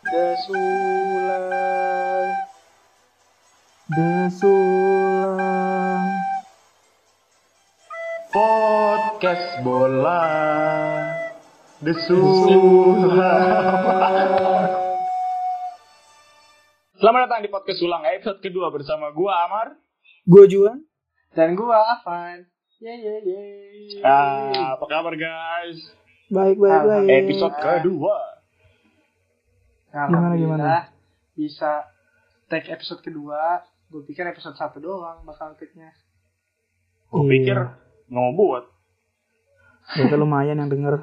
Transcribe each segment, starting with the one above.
Desulang. Desulang. Podcast bola. Desulang. Selamat datang di podcast Sulang episode kedua bersama gua Amar, Gue Juan. Dan gua Afan. Yeay. Apa kabar guys? Baik. Episode kedua. Alhamdulillah bisa take episode kedua. Gue pikir episode 1 doang bakal take-nya. Gua pikir mau buat. Ternyata lumayan yang denger.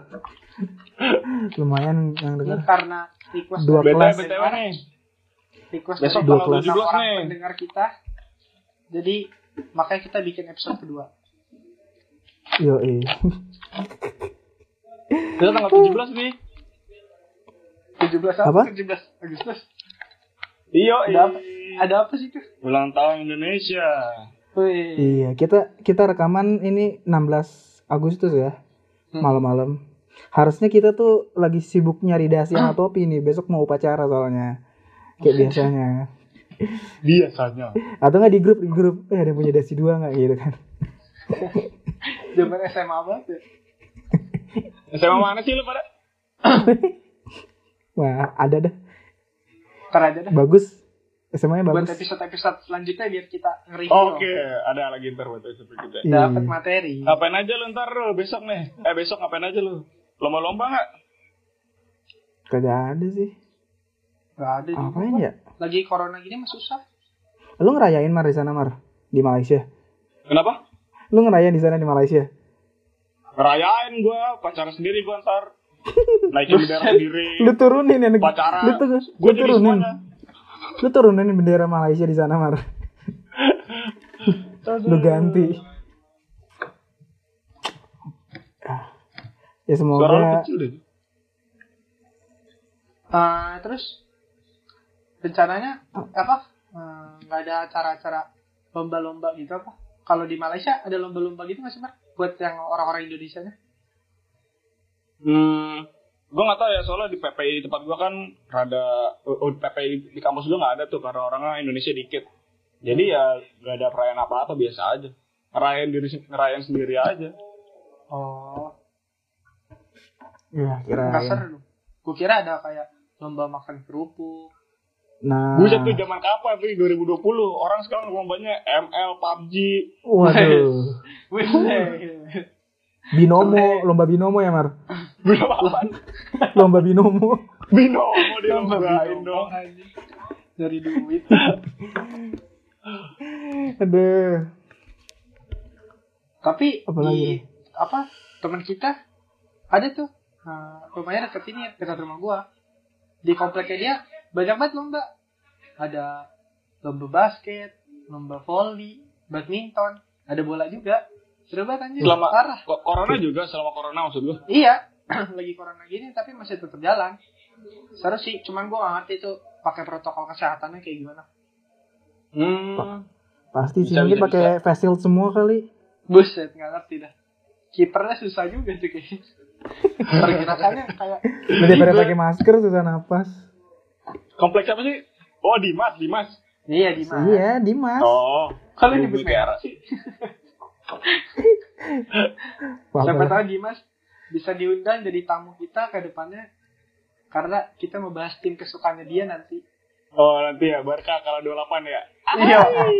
Ini karena request Dua dari kelas. BTW nih. request Besok dari tanggal 17 orang nih. pendengar kita. Jadi makanya kita bikin episode kedua. Yoi. Besok tanggal 17 nih. 17 Apa? 17 Agustus. Iya. Ada apa sih tuh? Ulang tahun Indonesia. Wih. Iya, kita rekaman ini 16 Agustus ya. Malam-malam. Harusnya kita tuh lagi sibuk nyari dasi sama topi nih. Besok mau upacara soalnya. Kayak biasanya. Biasanya. Atau nggak di grup ada yang punya dasi 2 nggak gitu kan? Zaman SMA banget ya. SMA mana sih lu pada? Wah, ada dah. Ntar aja dah. Bagus. SMA-nya Buat bagus. episode-episode selanjutnya biar kita nge-review. Oke, ada lagi ntar buat episode kita. Iya. Dapat materi. Ngapain aja lu ntar lu besok nih? Besok ngapain aja lu? Lomba-lomba nggak? Kagak ada sih. Gak ada juga. Apain ya? Lagi corona gini mah susah. Lu ngerayain Mar di sana Mar? Di Malaysia? Kenapa? Lu ngerayain di sana di Malaysia? Ngerayain gua, pacaran sendiri gua ntar. Naikin bendera sendiri. Lu turunin ya Pacaran. Lu Gua jadi turunin. semuanya. Lu turunin bendera Malaysia di sana Mar. Lu ganti. Ya Suara lu semoga kecil deh. Terus rencananya apa? Nggak ada acara-acara lomba-lomba gitu apa? Kalau di Malaysia ada lomba-lomba gitu nggak sih Mar? Buat yang orang-orang Indonesianya? Gua nggak tahu ya, soalnya di PPI di tempat gua kan rada PPI di kampus gua nggak ada tuh karena orangnya Indonesia dikit. Jadi ya nggak ada perayaan apa-apa, biasa aja. Ngerayain sendiri aja. Oh, ya nggak kirain. seru. Gue kira ada kayak lomba makan kerupuk. Nah, Buset tuh zaman kapan tuh 2020 orang sekarang lombanya ML, PUBG. waduh. Wih, Binomo, lomba binomo ya Mar? Belum apaan? Lomba binomo. Binomo dilombain dong. dari duit. Aduh. Tapi Apalagi? teman kita ada tuh rumahnya dekat sini, dekat rumah gua. Di kompleknya dia banyak banget lomba. Ada lomba basket, lomba volley, badminton, ada bola juga. Seru banget anjir. Selama Parah. corona juga, selama corona maksud gua. Iya, lagi corona gini tapi masih tetap jalan. Seru sih, cuman gua nggak ngerti tuh pakai protokol kesehatannya kayak gimana. Pasti sih Bisa, mungkin bisa, pakai face shield semua kali. Buset, nggak ngerti dah. Kipernya susah juga tuh kayaknya. Pergerakannya kayak Daripada pakai masker susah napas. Kompleks apa sih? Oh, Dimas. iya di mana? Iya, Dimas. Oh, Kalau Gua nyebut kira. merah sih. Wah, Siapa wah. tahu Dimas bisa diundang jadi tamu kita ke depannya karena kita mau bahas tim kesukaannya dia nanti. Oh, nanti ya Barca kalah 28 ya. Iya.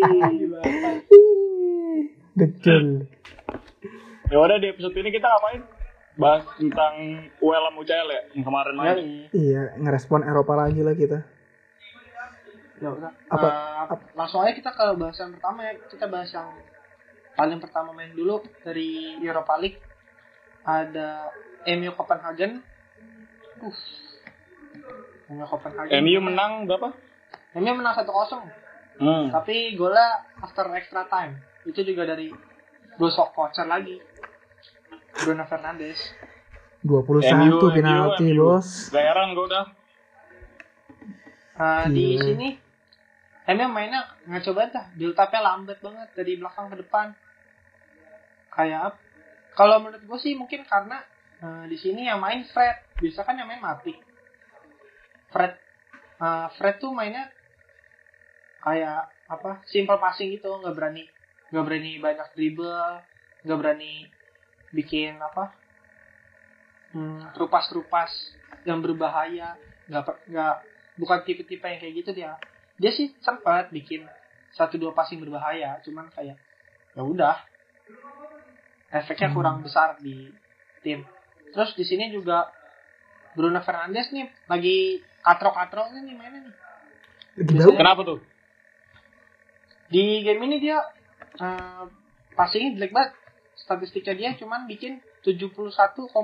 Betul. Ya udah, di episode ini kita ngapain? Bahas tentang ULM UCL ya yang kemarin main. Iya, ngerespon Eropa lagi lah kita. Ya udah. Apa? Langsung aja kita ke bahasan pertama ya. Kita bahas yang paling pertama main dulu dari Europa League. Ada MU Copenhagen. MU Copenhagen. MU menang berapa? MU menang 1-0. Tapi golnya after extra time. Itu juga dari gol sok voucher lagi. Bruno Fernandes. 21 penalti, MU. Bos. Gak heran gue udah. Di Gila. sini MU mainnya ngaco banget dah. Build up-nya lambat banget dari belakang ke depan. Kayak kalau menurut gue sih mungkin karena di sini yang main Fred. Biasa kan yang main Matip. Fred Fred tuh mainnya kayak apa? Simple passing gitu, nggak berani banyak dribble, nggak berani bikin apa? Terupas yang berbahaya, nggak bukan tipe-tipe yang kayak gitu dia. Dia sih sempat bikin 1-2 passing berbahaya, cuman kayak ya udah efeknya kurang besar di tim. Terus di sini juga Bruno Fernandes nih lagi katrok-katroknya nih mainnya nih. Gitu. Kenapa tuh? Di game ini dia passingnya jelek banget. Statistiknya dia cuman bikin 71,1%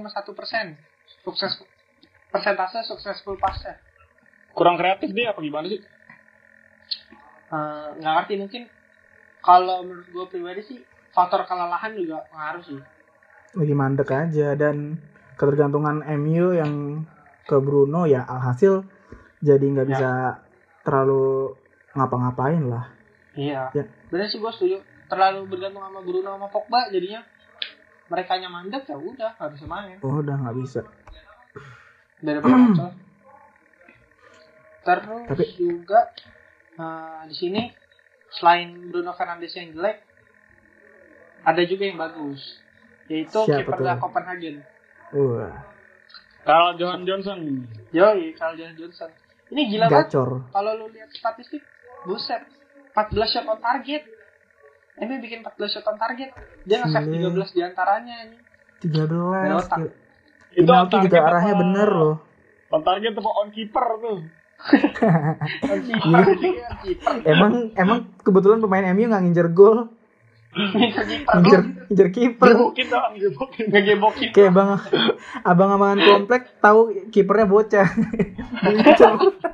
persentase successful pass-nya. Kurang kreatif dia apa gimana sih? Nggak ngerti, mungkin kalau menurut gue pribadi sih faktor kelelahan juga ngaruh sih. Lagi mandek aja, dan ketergantungan MU yang ke Bruno ya alhasil jadi nggak bisa terlalu ngapa-ngapain lah. Iya. Ya. Bener sih, gue setuju. Terlalu bergantung sama Bruno sama Pogba, jadinya mereka mandek ya udah nggak bisa main. Oh, udah nggak bisa. Daripada kacau. Terus Tapi- juga di sini selain Bruno Fernandes yang jelek, ada juga yang bagus, yaitu Siapa kipernya tuh? Copenhagen. Wah, Karl Johan Johnson. Yoi, Carl Johnson. Ini gila banget. gacor. Kalau lu lihat statistik, buset, 14 shot on target. MU bikin 14 shot on target. Dia nge-save 13 diantaranya ini. 13. Otak. Itu on Penalti juga target arahnya apa? bener loh. On target apa on keeper tuh? Emang kebetulan pemain MU nggak ngincer gol, ngincer kiper. Gebokin doang, gebokin. Ngegebokin. Kayak abang-abangan komplek tahu kipernya bocah. Ngincer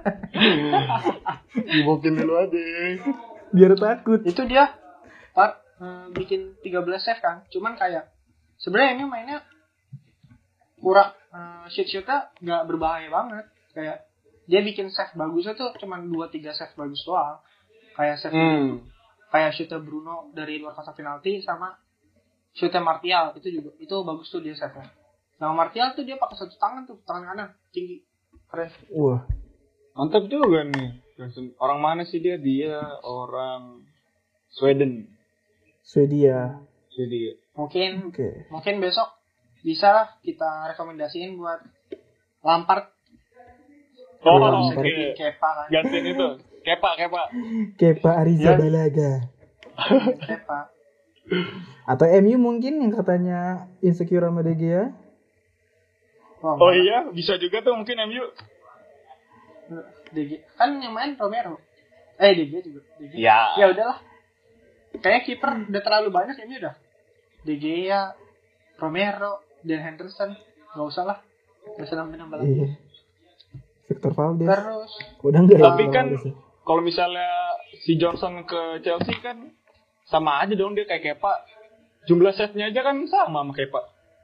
Gebokin dulu aja. biar takut. Itu dia bikin 13 save kan. Cuman kayak sebenarnya ini mainnya kurang, shoot-shootnya nggak berbahaya banget. Kayak dia bikin save bagusnya tuh cuman 2-3 save bagus doang. Kayak save kayak shootnya Bruno dari luar kotak penalti sama shootnya Martial itu bagus tuh dia save-nya. Sama Martial tuh dia pakai satu tangan tuh, tangan kanan tinggi. Keren. Wah, Mantap juga nih. Orang mana sih dia? Dia orang Sweden. Swedia. Jadi Mungkin Oke. besok bisa lah kita rekomendasiin buat Lampard. oh, Bisa oke. gantiin Kepa kan. Gantiin itu. Kepa. Kepa Ya. Ariza Balaga. Kepa. Atau MU mungkin yang katanya insecure sama De Gea. Oh iya, bisa juga tuh mungkin MU. DG kan yang main Romero. DG juga. DG. Ya. Ya udahlah. Kayak kiper udah terlalu banyak ini udah. DG ya, Romero, dan Henderson. Gak usah lah. Gak usah nambah lagi. Iya. Victor Valdes. Terus Udah enggak ya? Tapi Victor kan Valdes ya? kalau misalnya si Johnson ke Chelsea kan sama aja dong, dia kayak Kepa. Jumlah save-nya aja kan sama Kepa.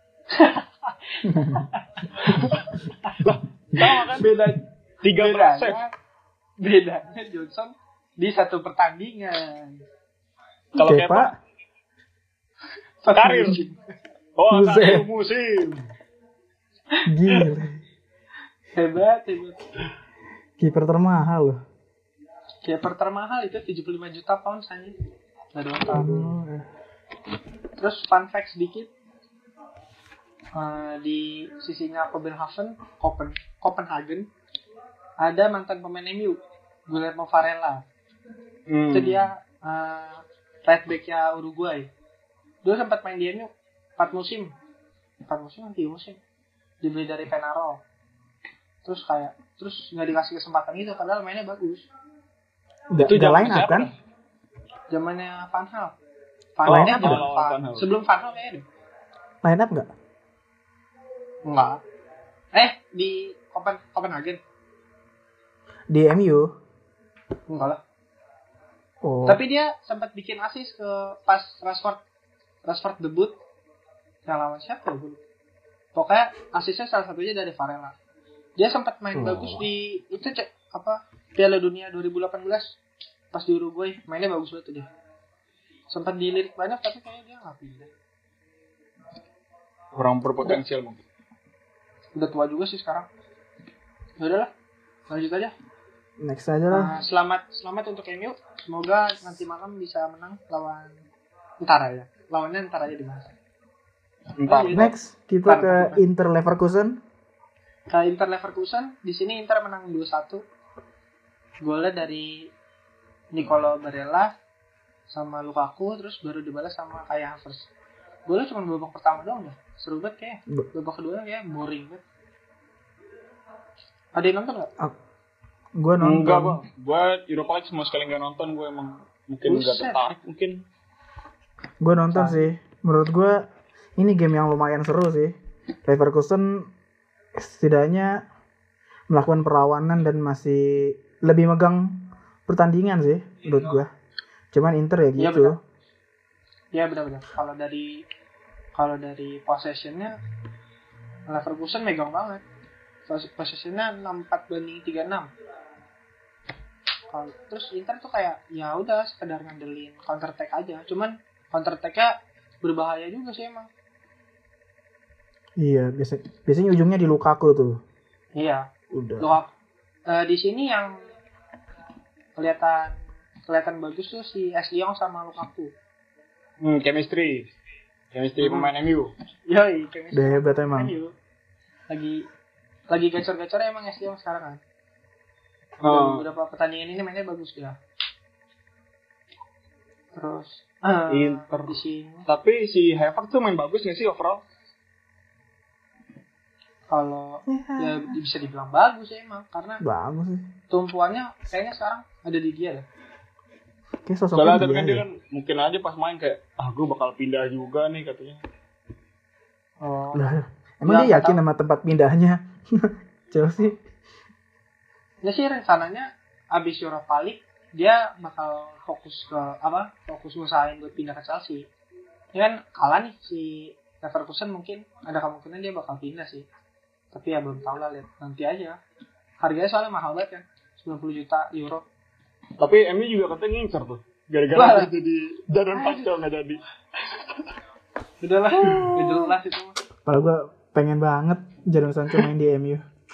Lah, sama kan? beda 13 save. bedanya Johnson di satu pertandingan. Kalau Kepa, Kepa Satu karir. musim. Oh, Buset. satu musim. gila. Hebat. Kiper termahal loh. Kiper termahal itu 75 juta pound saja. Gak ada apa. Terus fun fact sedikit. Di sisinya Copenhagen ada mantan pemain MU, Guillermo Varela. Itu dia right back-nya Uruguay. Dia sempat main di MU 4 musim. 4 musim atau 3 musim. Dibeli dari Penarol. Terus nggak dikasih kesempatan itu padahal mainnya bagus. Udah Itu zaman line up siapa? kan? Zamannya Van Hal. Oh, Line up awal-awal Van Hal. sebelum Van Hal kayaknya deh. Line up nggak? Enggak. Di Copenhagen. Di MU. Enggak lah. Oh. Tapi dia sempat bikin assist ke pas Rashford debut. Yang lawan siapa ya? Gue lupa. Pokoknya asisnya salah satunya dari Varela. Dia sempat main bagus di Piala Dunia 2018 pas di Uruguay. Mainnya bagus banget tuh dia. Sempat dilirik banyak tapi kayaknya dia nggak pindah. Kurang berpotensial mungkin. Udah tua juga sih sekarang. Ya udahlah, lanjut aja. Next aja lah. Selamat untuk MU. Semoga nanti malam bisa menang lawan Ntar ya. Lawannya ntar aja dibahas. Next kita ke Inter Leverkusen. Ke Inter Leverkusen, di sini Inter menang 2-1. Golnya dari Nicolo Barella sama Lukaku, terus baru dibalas sama Kai Havertz. Golnya cuma babak pertama doang dah. Seru banget kayak. Babak kedua kayak boring banget. Ada yang nonton nggak? Gue nonton. Enggak, Bang. Gue Europa League sama sekali nggak nonton. Gue emang mungkin nggak tertarik mungkin. Gue nonton sih. Menurut gue ini game yang lumayan seru sih. Leverkusen setidaknya melakukan perlawanan dan masih lebih megang pertandingan sih menurut gue. Cuman Inter ya gitu. Iya benar. Kalau dari possessionnya Leverkusen megang banget. Possessionnya 64-36. Terus Inter tuh kayak ya udah sekedar ngandelin counter attack aja. Cuman counter attack-nya berbahaya juga sih emang. Iya, biasanya ujungnya di Lukaku tuh. Iya. Udah. Lukaku. Di sini yang kelihatan bagus tuh si Ashley sama Lukaku. Chemistry pemain MU. Yoi, chemistry. Udah hebat emang. MU. Lagi gacor-gacornya emang Ashley sekarang kan. Beberapa pertandingan ini mainnya bagus dia. Terus Inter di sini. Tapi si Havertz tuh main bagus nggak sih overall? Kalau ya bisa dibilang bagus ya emang karena bagus sih. Tumpuannya kayaknya sekarang ada di dia deh. Kayak sosoknya dia kan, dia kan mungkin aja pas main kayak gue bakal pindah juga nih katanya. Oh. Lah, emang dia yakin sama tempat pindahnya? Chelsea. Ya sih rencananya abis Europa League dia bakal fokus usahain buat pindah ke Chelsea. Ini kan kalah nih si Leverkusen, mungkin ada kemungkinan dia bakal pindah sih. Tapi ya belum tahu lah, lihat nanti aja. Harganya soalnya mahal banget kan, 90 juta euro. Tapi MU juga katanya ngincer tuh. Gara-gara dia jadi Jadon Sancho nggak jadi. Udahlah, udah jelas itu. Padahal gue pengen banget Jadon Sancho main di MU.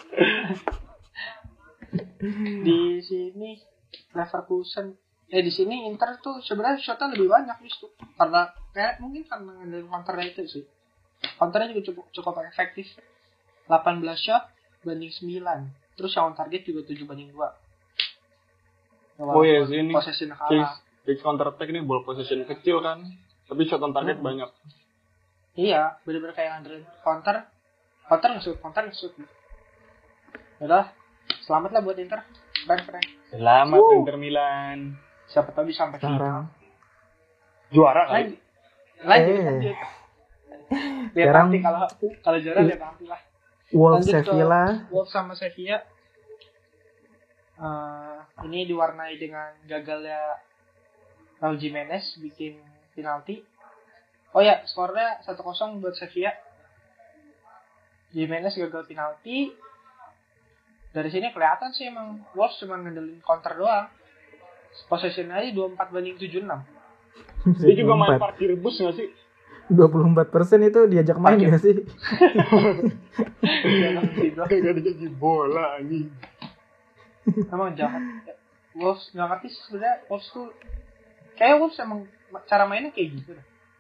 Di sini Leverkusen, di sini Inter tuh sebenarnya shotnya lebih banyak justru. Karena mungkin karena ngandelin counternya itu sih. Counternya juga cukup efektif. 18 shot banding 9. Terus yang on target juga 7-2. Oh iya sih ini. Possession kalah. Fix counter attack ini ball possession kecil kan. Tapi shot on target banyak. Iya, benar-benar kayak ngandelin counter nge-shoot. Udah, selamat lah buat Inter. Keren. Selamat Inter Milan. Siapa tahu bisa sampai final. Juara kan? Lanjut. Lihat nanti kalau juara lihat nanti lah. Wolves Sevilla. Wolves sama Sevilla. Ini diwarnai dengan gagalnya Raul Jimenez bikin penalti. Oh ya, skornya 1-0 buat Sevilla. Jimenez gagal penalti. Dari sini kelihatan sih emang Wolves cuma ngandelin counter doang. Possession aja 24-76. Dia juga main parkir bus gak sih? 24% itu diajak main gak sih? Gak jadi bola anjing. Emang jahat. Wolves gak ngerti sebenarnya. Wolves tuh kayak Wolves emang cara mainnya kayak gitu.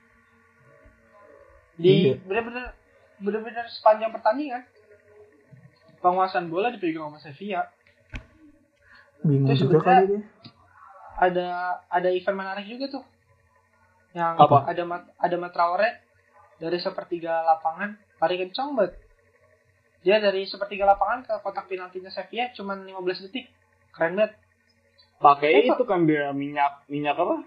Bener-bener sepanjang pertandingan penguasaan bola dipegang sama Sevilla. Bingung juga kali dia. Ada event menarik juga tuh. Yang apa? Ada Traore dari sepertiga lapangan lari kencang banget. Dia dari sepertiga lapangan ke kotak penaltinya Sevilla cuma 15 detik. Keren banget. Pakai itu kan dia minyak apa?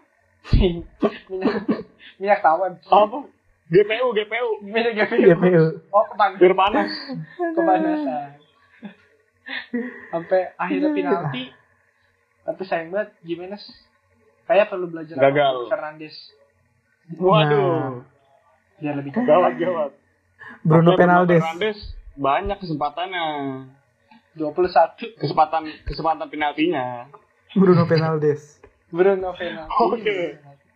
minyak tawon. Apa? GPU. Minyak GPU. Oh, biar panas. Kepanasan. Sampai akhirnya penalti. Tapi sayang banget Jimenez kayak perlu belajar gagal. Fernandes. Waduh. Dia lebih gawat. Bruno Fernandes banyak kesempatannya. 21 kesempatan penaltinya. Bruno Fernandes. Oke.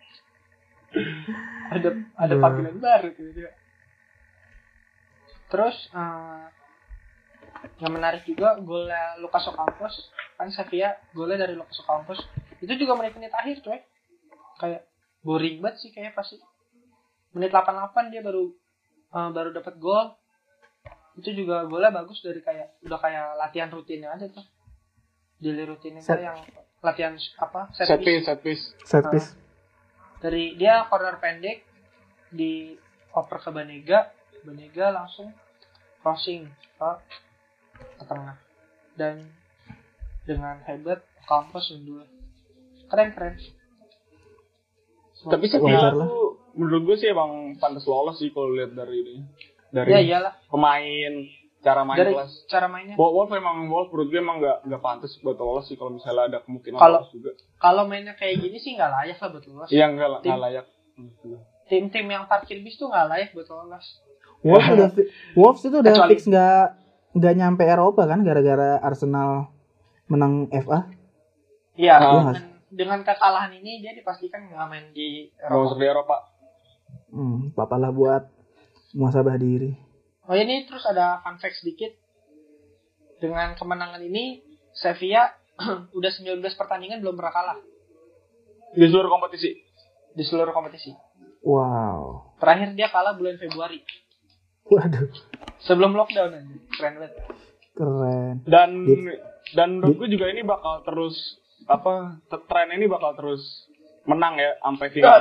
Ada panggilan baru tuh dia. Terus Yang menarik juga golnya Lucas Ocampos. Kan Sevilla golnya dari Lucas Ocampos. Itu juga menit-menit akhir coy. Kayak boring banget sih kayaknya pasti. Menit 88 dia baru dapat gol. Itu juga golnya bagus dari kayak udah kayak latihan rutinnya aja tuh. Daily rutinnya yang latihan set piece. Dari dia corner pendek di oper ke Banega langsung crossing ke tengah dan dengan hebat Campos unggul. Keren. Tapi Sevilla tuh menurut gue sih emang pantas lolos sih kalau lihat dari ya, iyalah. Pemain cara main kelas. Cara mainnya. Wolf menurut gue emang nggak pantas buat lolos sih kalau misalnya ada kemungkinan lolos juga. Kalau mainnya kayak gini sih nggak layak lah buat lolos. Iya nggak layak. Tim-tim yang parkir bis tuh nggak layak buat lolos. Wolves itu udah fix nggak nyampe Eropa kan gara-gara Arsenal menang FA. Iya. Dengan kekalahan ini dia dipastikan nggak main di Eropa. Papalah buat muhasabah diri. Oh ini terus ada fun fact sedikit. Dengan kemenangan ini Sevilla udah 19 pertandingan belum pernah kalah. Di seluruh kompetisi. Wow. Terakhir dia kalah bulan Februari. Waduh. Sebelum lockdown aja. Keren banget. Keren. Dan menurut gue juga ini bakal terus tren ini bakal terus menang ya sampai final.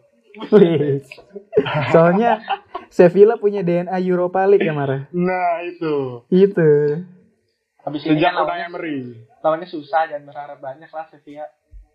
Soalnya Sevilla punya DNA Europa League ya Mara. Nah itu. Habis sejak Unai Emery. Lawannya susah, jangan berharap banyak lah Sevilla.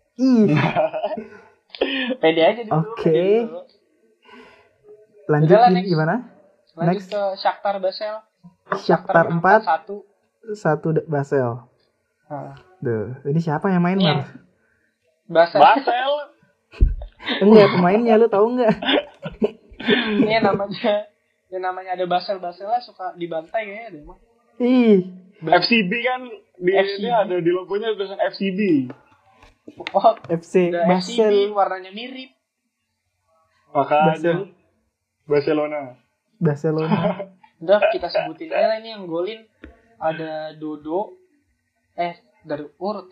Pede aja dulu. Oke. Lanjut gimana? Lanjut ke Shakhtar Basel. Shakhtar 4-1 Basel. Duh, ini siapa yang main, Mar? Basel. Enggak, pemainnya lu tahu enggak? Ini namanya ada Basel lah suka dibantai kayaknya deh, Bang. FCB kan dia ada di logonya tulisan FCB. Oh, FC Basel. FCB warnanya mirip. Makanya Barcelona. Udah kita sebutin aja ini yang golin ada Dodo. Dari urut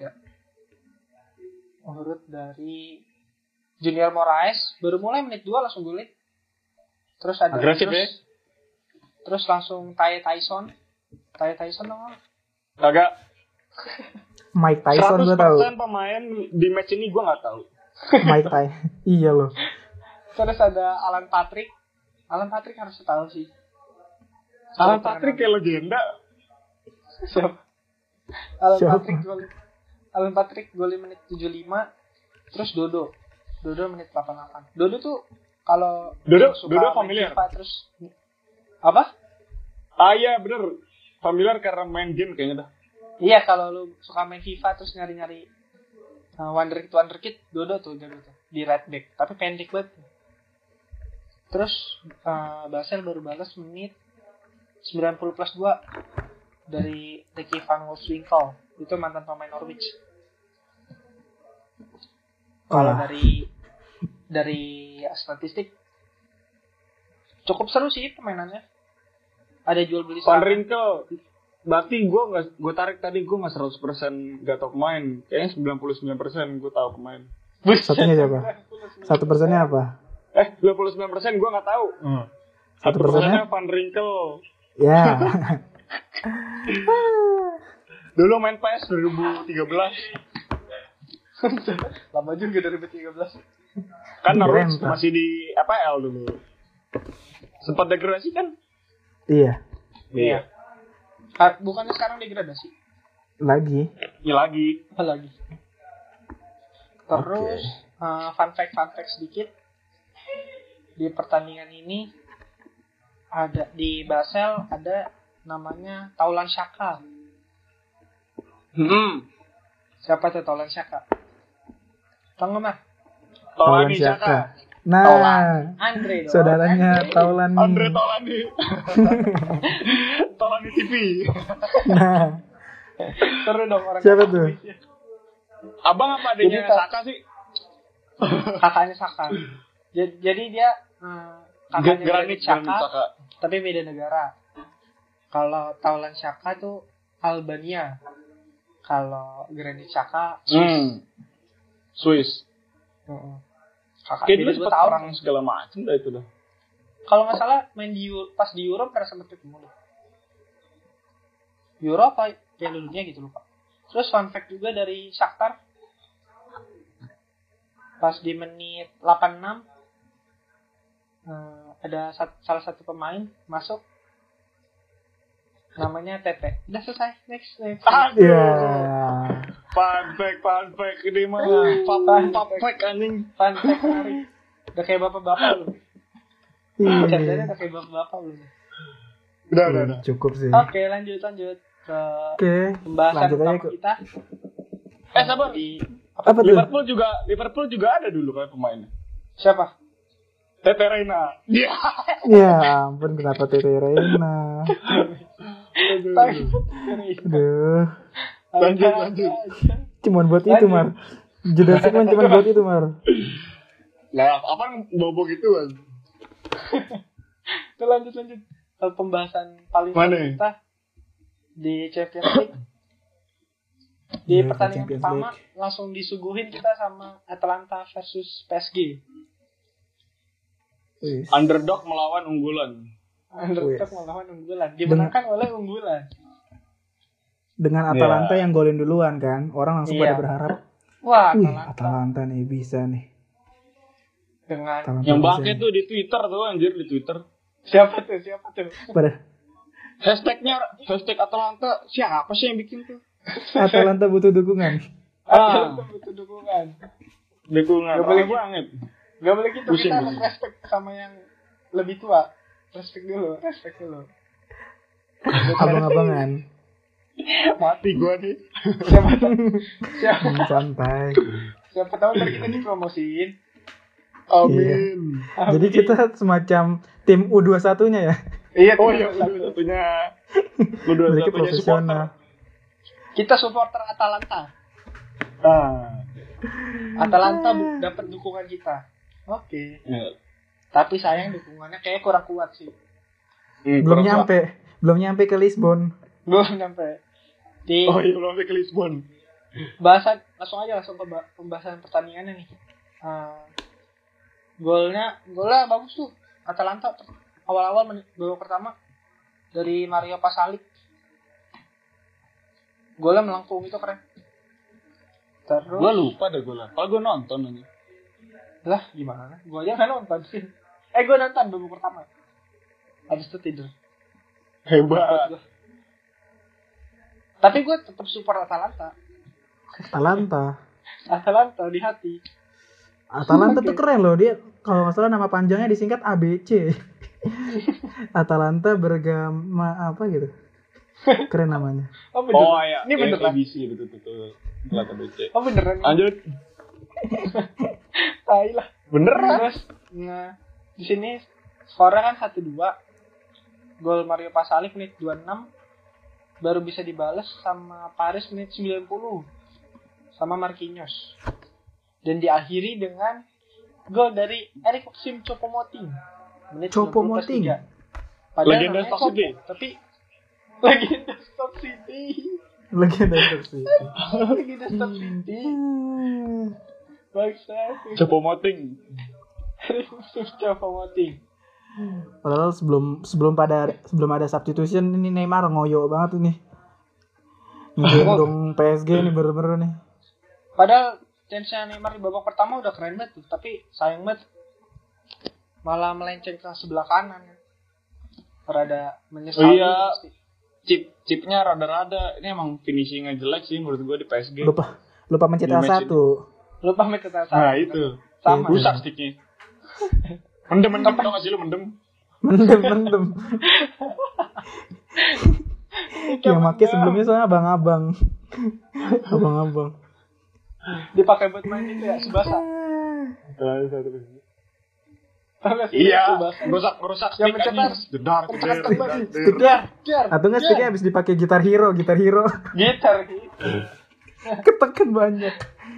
dari Junior Moraes baru mulai menit 2 langsung golin. Terus ada agresif ya. Terus langsung Tyson dong. Agak Mike Tyson gue tahu. 100% pemain di match ini gue nggak tahu. Mike Tyson. Iya loh. Terus ada Alan Patrick harus tahu sih. Alan Patrick kayak legenda. Siapa? Alan Patrick golin menit 75. Terus Dodo menit 88. Dodo tuh kalau Dodo familiar. FIFA, terus apa? Iya bener. Familiar karena main game kayaknya dah. Iya, kalau lu suka main FIFA terus nyari-nyari Wonderkid, Dodo tuh di right back, tapi pendek banget. Terus Basel baru balas menit 90+2 dari Ricky van Wolfswinkel. Itu mantan pemain Norwich. Kalau dari statistik cukup seru sih permainannya. Ada jual beli Van Rinkel. Berarti gue tarik tadi gue nggak 100% gak tau pemain. Kayaknya 99% gue tahu pemain. Satunya siapa? 1%-nya apa? 29% gue nggak tahu. 1%-nya Van Rinkel. Ya. Dulu main PS 2013. Lama juga 2013. Kan Norwich masih di APL dulu. Sempat degradasi kan? Iya. Bukannya sekarang degradasi? Lagi. Terus fun fact sedikit. Di pertandingan ini ada di Basel ada namanya Taulan Xhaka. Siapa tuh Taulan Xhaka? Tahu nggak, Mas? Taulan Xhaka. Nah, Andre dong. Saudaranya Taulan. Andre Taulani. Taulani TV. Nah. Seru dong orang. Siapa tuh? Abang apa adanya Saka sih? Kakaknya Saka. Jadi dia kakaknya Granit Xhaka, tapi beda negara. Kalau Taulan Xhaka tuh Albania. Kalau Granit Xhaka Swiss. Swiss. Kakak Kayak dulu beda 2 sempat tahun. perang segala macam dah itu dah. Kalau nggak salah main pas di Euro pernah sempat ketemu loh. Euro apa Piala Dunia gitu lupa. Terus fun fact juga dari Shakhtar, pas di menit 86 ada salah satu pemain masuk namanya Tete. Udah selesai, next. Aduh. Iya. Fun fact ini mah. Fun fact anjing. Fun fact menarik. Udah kayak bapak-bapak lu. Iya. Ceritanya udah kayak bapak-bapak lu. Udah. Cukup sih. Oke, lanjut ke Oke. pembahasan Lanjut aja utama ke kita. Sabar. apa tuh? Liverpool juga ada dulu kan pemainnya. Siapa? Tete Reina. Iya. Ya ampun, kenapa Tete Reina? Aduh. Lanjut. Cuman buat itu, Mar. Jeda segmen cuman buat itu, Mar. Lah, apa bobo gitu kan? Lanjut. Pembahasan paling Mana? seru kita di Champions League. Di Iya, pertandingan Champions pertama League. langsung disuguhin kita sama Atalanta versus PSG. Wis. Underdog melawan unggulan. Underdog melawan unggulan, dimenangkan oleh unggulan. Dengan Atalanta yang golin duluan kan, orang langsung Iya. pada berharap, Wah, wih, Atalanta Atalanta nih bisa nih. dengan Atalanta Yang bisa bangke nih. tuh di Twitter tuh anjir di Twitter. siapa tuh? Pada Hashtag Atalanta siapa sih yang bikin tuh? Atalanta butuh dukungan. Atalanta butuh dukungan. Dukungan. Gak boleh banget. Gak boleh gitu, Pusing, kita harus pusing. respect sama yang lebih tua. Respect dulu. Abang-abangan. Mati gua nih. Santai. Siapa tahu ntar kita dipromosiin. Amin. Jadi kita semacam tim U21-nya ya. Iya, Oh iya, satunya. Udah Mereka satunya profesional. kita supporter Atalanta. Atalanta dapat dukungan kita. Oke. Ya. Tapi sayang dukungannya kayak kurang kuat sih. Belum nyampe ke Lisbon. Belum nyampe. Oh iya, belum sampai ke Lisbon. Langsung ke pembahasan pertandingannya nih. Golnya bagus tuh. Atalanta awal-awal gol pertama dari Mario Pasalic. Golnya melengkung, itu keren. Terus Gua lupa deh gua. Kalau gua nonton aja. lah gimana? Gua aja nggak nonton sih. Gua nonton babak pertama. Habis itu tidur. Hebat. Tapi gue tetap support Atalanta di hati. Atalanta tuh keren loh, dia kalau nggak salah nama panjangnya disingkat ABC. Atalanta Bergama apa gitu. Keren namanya. Oh bener. Oh iya. Ini beneran. ABC betul. Kelihatan BC. Oh beneran. Lanjut. Tai lah. Beneran. Terus di sini skornya kan 1-2. Gol Mario Pasalic menit 26. Baru bisa dibales sama Paris menit 90. Sama Marquinhos. Dan diakhiri dengan gol dari Eric Maxim Choupo-Moting. Menit 90+3. Padahal Legenda namanya Stoke Choupo, City. tapi Legenda Stoke City. Legenda Stoke Legenda Stoke City. Baiklah. Choupo-Moting. Eric Maxim Choupo-Moting. Padahal sebelum ada substitution ini Neymar ngoyo banget nih. Ngegendong PSG nih bener-bener nih. Padahal chance-nya Neymar di babak pertama udah keren banget tuh, tapi sayang banget malah melenceng ke sebelah kanan. Rada menyesal. Oh iya. Pasti. Chipnya rada-rada. Ini emang finishingnya jelek sih menurut gua di PSG. Lupa mencet Di match L1. Lupa make ke Nah itu. Sama. Rusak sticknya. Mendem tau gak sih lu mendem? Mendem. Yang make sebelumnya soalnya abang-abang. Dipakai buat main itu ya, Subasa. Tahu gak sih? Iya. Subasa. Merusak Yang stick mencetar. anjing. Jedar. Atau nggak sticknya habis dipakai gitar hero. Gitar gitu. Ketekan banyak.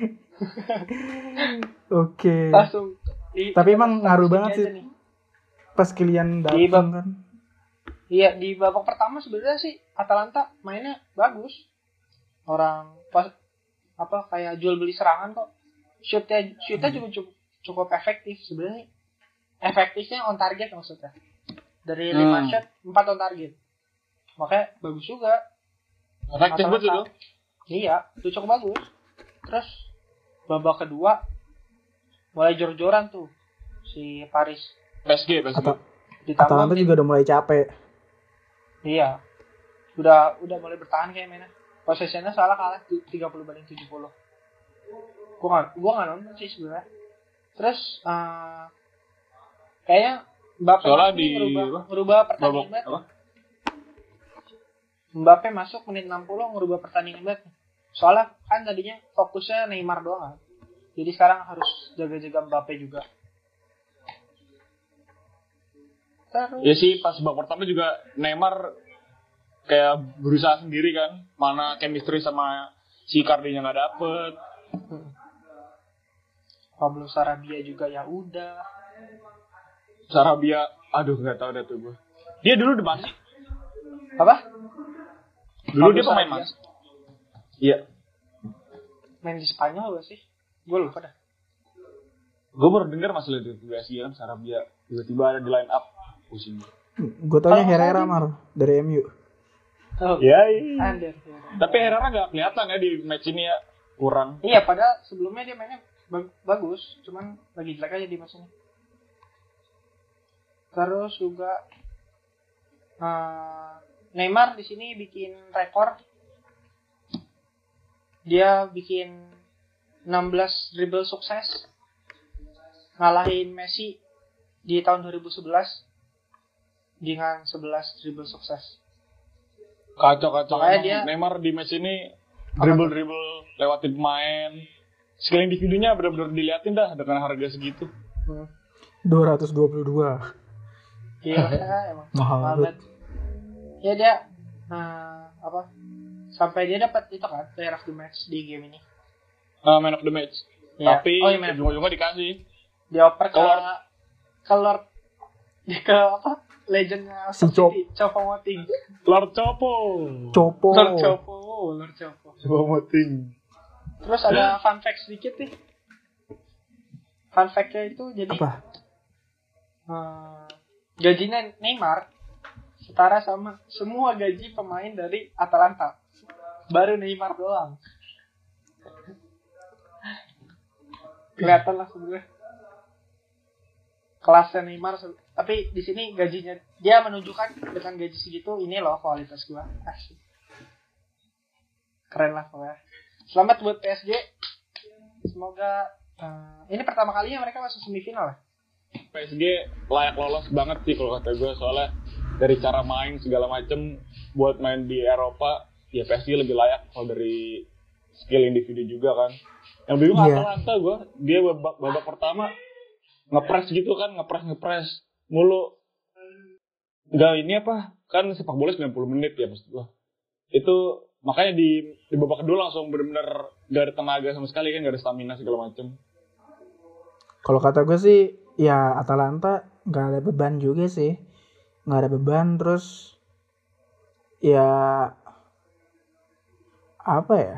Oke. Langsung. Tapi emang ngaruh banget sih. Nih. Pas Kylian Di datang kan. Iya, di babak pertama sebenarnya sih Atalanta mainnya bagus. Orang pas kayak jual beli serangan kok. Shootnya juga cukup efektif sebenarnya. Efektifnya on target maksudnya. Dari 5 shot 4 on target. Makanya bagus juga. Efektif betul tuh. Iya, itu cukup bagus. Terus babak kedua mulai jor-joran tuh si Paris. PSG. Atalanta juga udah mulai capek. Iya. Udah mulai bertahan kayak mainnya. Posisinya salah kalah 30-70. Gua nggak nonton sih sebenarnya. Terus kayaknya Mbappe merubah pertandingan banget. Mbappe masuk menit 60 ngerubah pertandingan banget. Soalnya kan tadinya fokusnya Neymar doang kan. Jadi sekarang harus jaga-jaga Mbappe juga. Terus, ya sih pas babak pertama juga Neymar kayak berusaha sendiri kan. Mana chemistry sama si Icardi-nya nggak dapet. Pablo Sarabia juga ya udah. Sarabia, aduh nggak tahu deh tuh gue. Dia dulu di mana sih? Apa? Dulu dia pemain mas. Iya. Main di Spanyol gak sih? Gue lupa dah. Gue baru dengar masalah itu kan Sarabia tiba-tiba ada di line up. Pusing. Gue taunya Herrera dari MU. Oh, ya. Tapi Herrera nggak kelihatan ya di match ini ya, kurang. Iya, padahal sebelumnya dia mainnya bagus, cuman lagi jelek aja di match ini. Terus juga Neymar di sini bikin rekor. Dia bikin 16 dribble sukses. Ngalahin Messi di tahun 2011 dengan 11 dribble sukses. Kacau. Dia, Neymar di match ini dribble lewatin pemain. Skill individunya benar-benar diliatin dah dengan harga segitu. 222. Iya, emang mahal banget. Ya dia sampai dia dapat itu kan player of the match di game ini. Man of the match. Ya. Tapi ujung-ujungnya dikasih. Dioper ke Lord legendnya si Chopo Moting. Lord Chopo. Moting. Terus ada fun fact sedikit nih. Fun fact-nya itu jadi apa? Gajinya Neymar setara sama semua gaji pemain dari Atalanta. Baru Neymar doang. Kelihatan lah sebenarnya kelasnya Neymar. Tapi di sini gajinya dia menunjukkan dengan gaji segitu ini loh kualitas gua. Asik. Keren lah pokoknya. Selamat buat PSG. Semoga ini pertama kalinya mereka masuk semifinal lah. PSG layak lolos banget sih kalau kata gue, soalnya dari cara main segala macem buat main di Eropa ya PSG lebih layak kalau dari skill individu juga kan. Yang bingung Atalanta gue, dia babak pertama ngepres gitu kan, ngepres mulu. Enggak ini apa? Kan sepak bola 90 menit ya maksud gue. Itu makanya di babak kedua langsung benar-benar gak ada tenaga sama sekali kan, gak ada stamina segala macem. Kalau kata gue sih ya Atalanta nggak ada beban juga sih, nggak ada beban. Terus ya apa ya,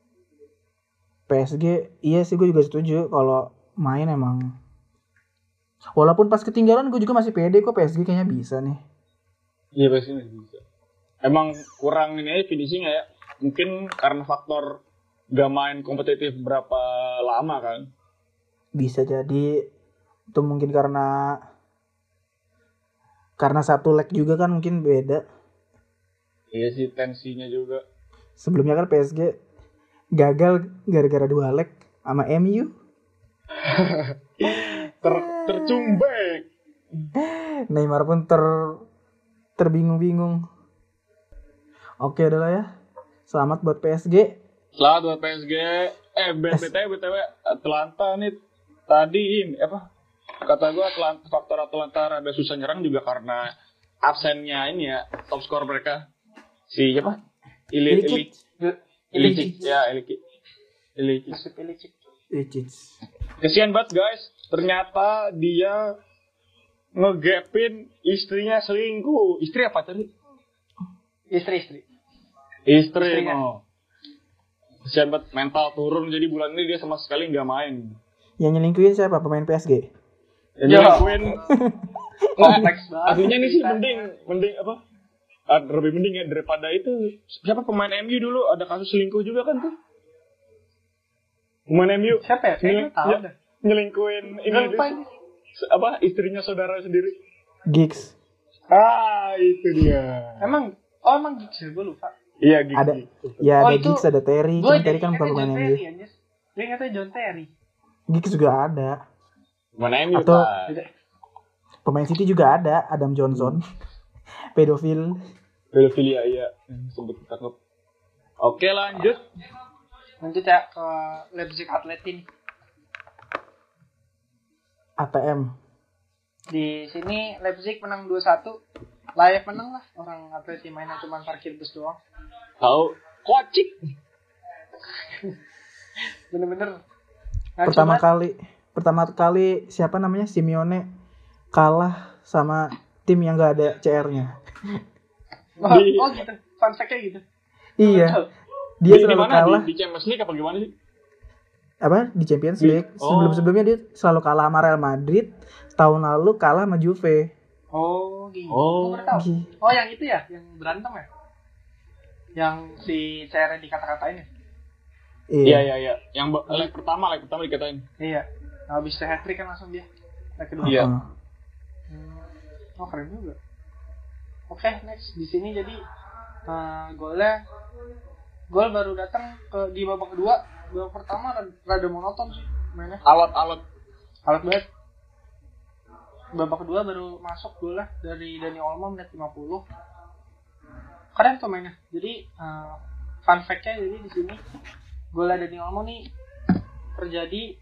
PSG iya sih gue juga setuju kalau main emang, walaupun pas ketinggalan gue juga masih pede kok PSG kayaknya bisa nih. Iya PSG masih bisa. Emang kurang ini aja finishing ya, mungkin karena faktor gak main kompetitif berapa lama kan. Bisa jadi itu mungkin karena satu leg juga kan mungkin beda. Iya sih, tensinya juga. Sebelumnya kan PSG gagal gara-gara 2 leg sama MU. Tercumbek. Neymar pun terbingung-bingung. Oke adalah ya. Selamat buat PSG. Selamat buat PSG. BTW Atalanta nih tadi ini apa? Kata gue faktor Atalanta rada susah nyerang juga karena absennya ini ya top skor mereka si apa? Ilicic. Kesian banget guys. Ternyata dia ngegapin istrinya selingkuh. Istri apa tadi? Istri. Istri. Siapa mental turun, jadi bulan ini dia sama sekali nggak main. Yang nyelingkuhin siapa? Pemain PSG? Yang nyelingkuhin. Kompleks banget. Aslinya nih sih mending apa? Lebih mending ya daripada itu. Siapa pemain MU dulu ada kasus selingkuh juga kan tuh? Pemain MU. Siapa ya? Kayaknya tahu dah. Nyelingkuhin apa istrinya saudara sendiri. Giggs. Itu dia. Emang Giggs ya, gue lupa. Iya Giggs. Ada. Ya ada Giggs, ada Terry. Cuma Terry kan bukan pemain MU. Gue ingatnya John Terry. Giggs juga ada. Pemain MU atau pemain City juga ada, Adam Johnson. Pedofil ya, iya. Sebut ketangkep. Oke, lanjut ya ke Leipzig Athletic. ATM. Di sini Leipzig menang 2-1. Layak menang lah. Orang Atleti mainnya cuma parkir bus doang. Tahu kocik. Bener-bener. Pertama kali siapa namanya? Simeone kalah sama tim yang gak ada CR-nya. Oh gitu. Fun fact-nya gitu. Iya. Dia selalu kalah di Champions League apa gimana sih? Apa di Champions League. Sebelum-sebelumnya dia selalu kalah sama Real Madrid. Tahun lalu kalah sama Juve. Oh gitu. Oh yang itu ya, yang berantem ya? Yang si CR dikata-katain ya? Iya. Yang leg pertama dikatain. Iya. Habis hat-trick kan langsung dia. Leg kedua. Iya. Oh keren juga. Oke, next di sini jadi gol baru datang di babak kedua. Babak pertama rada monoton sih mainnya. Alat banget. Babak kedua baru masuk golnya dari Dani Olmo menit 50. Keren tuh mainnya. Jadi fun fact-nya jadi di sini golnya Dani Olmo nih terjadi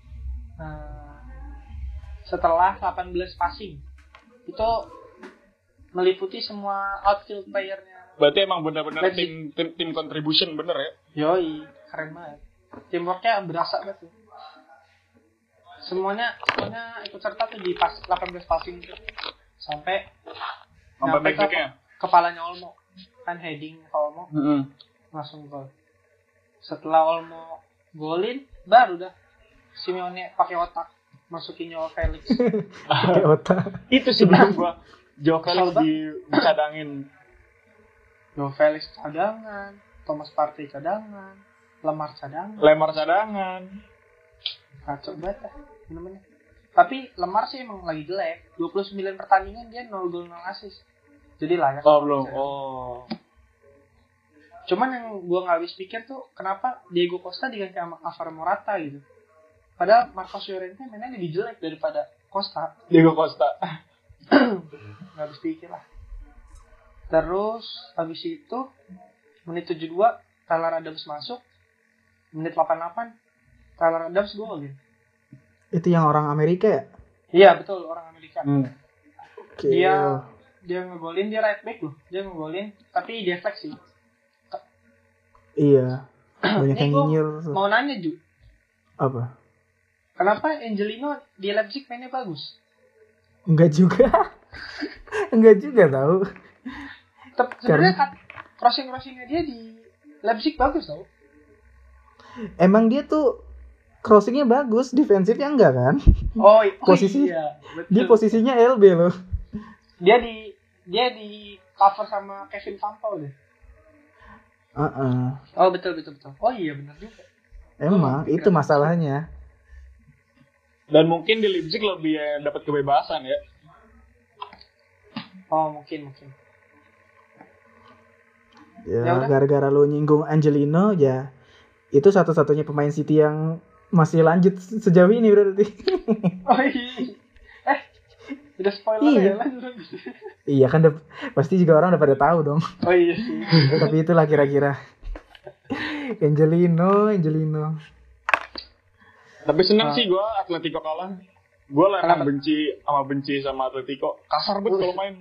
setelah 18 passing. Itu meliputi semua outfield player-nya. Berarti emang benar-benar tim contribution bener ya? Yoi, keren banget. Teamwork-nya berasa banget tuh. Semuanya ikut serta tuh di 18 passing itu. Sampai nyampe ke kepalanya Olmo. Kan heading ke Olmo. Langsung gol. Setelah Olmo golin, baru dah Simeone pakai otak masukin Joao Felix. Pakai otak. Itu sebelum gua Joao Felix dicadangin. Joao Felix cadangan, Thomas Partey cadangan, Lemar cadangan. Kacau banget lah namanya. Tapi Lemar sih emang lagi jelek. 29 pertandingan dia 0 gol 0 assist. Jadi layak. Belum. Cuman yang gua enggak habis pikir tuh kenapa Diego Costa diganti sama Alvaro Morata gitu. Padahal Marcos Llorente mainnya lebih jelek daripada Costa. Diego Costa. Enggak habis pikir lah. Terus habis itu menit 72 Tyler Adams masuk. Menit 88 Tyler Adams gol gitu. Itu yang orang Amerika ya? Iya betul, orang Amerika. Okay. Dia ngegolin, dia right back loh. Dia ngegolin tapi defleksi. Iya. Banyak yang nyinyir. Mau nanya Ju. Apa? Kenapa Angelino di Leipzig mainnya bagus? Enggak juga tahu. Sebenarnya kan crossing-crossingnya dia di Leipzig bagus tau. Emang dia tuh crossingnya bagus, defensifnya enggak kan? Posisi iya, betul. Dia posisinya LB loh. Dia di cover sama Kevin Campbell deh. Oh betul. Oh iya benar juga. Emang itu masalahnya. Dan mungkin di Leipzig lebih dapat kebebasan ya. Oh mungkin. Ya gara-gara lo nyinggung Angelino ya. Itu satu-satunya pemain City yang masih lanjut sejauh ini berarti. Oh iya. Udah spoiler ya lanjut. Iya kan pasti juga orang udah pada tahu dong. Oh iya sih. Tapi itulah kira-kira. Angelino. Tapi seneng sih gue Atletico kalah. Gue lah emang benci sama Atletico. Kasar banget kalau main.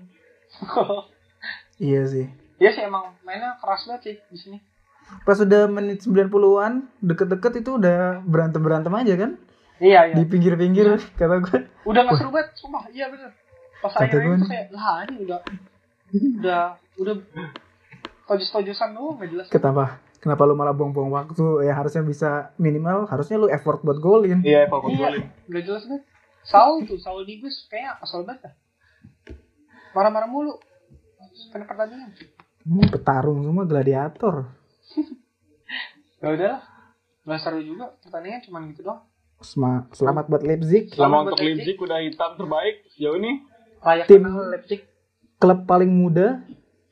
Iya sih. Iya sih emang mainnya keras banget sih di sini. Pas udah menit 90-an, deket-deket itu udah berantem aja kan? Iya. Di pinggir-pinggir kata gue. Udah nggak seru banget, sumpah. Iya bener. pas Kata akhir-akhir gue tuh nih. kayak lah ini udah tojos-tojosan doang nggak jelas. Kenapa lu malah buang-buang waktu? Ya harusnya bisa minimal, harusnya lu effort buat golin. Iya, fokus golin. Nggak jelas banget. Saul Niguez kayaknya asal banget dah. Marah-marah mulu. Karena pertandingan. Petarung semua gladiator. Ya udahlah. Nggak seru juga pertandingan cuma gitu doang. Selamat buat Leipzig, Selama buat untuk Leipzig udah hitam terbaik sejauh ini. Layak Tim- menang Leipzig. klub paling muda.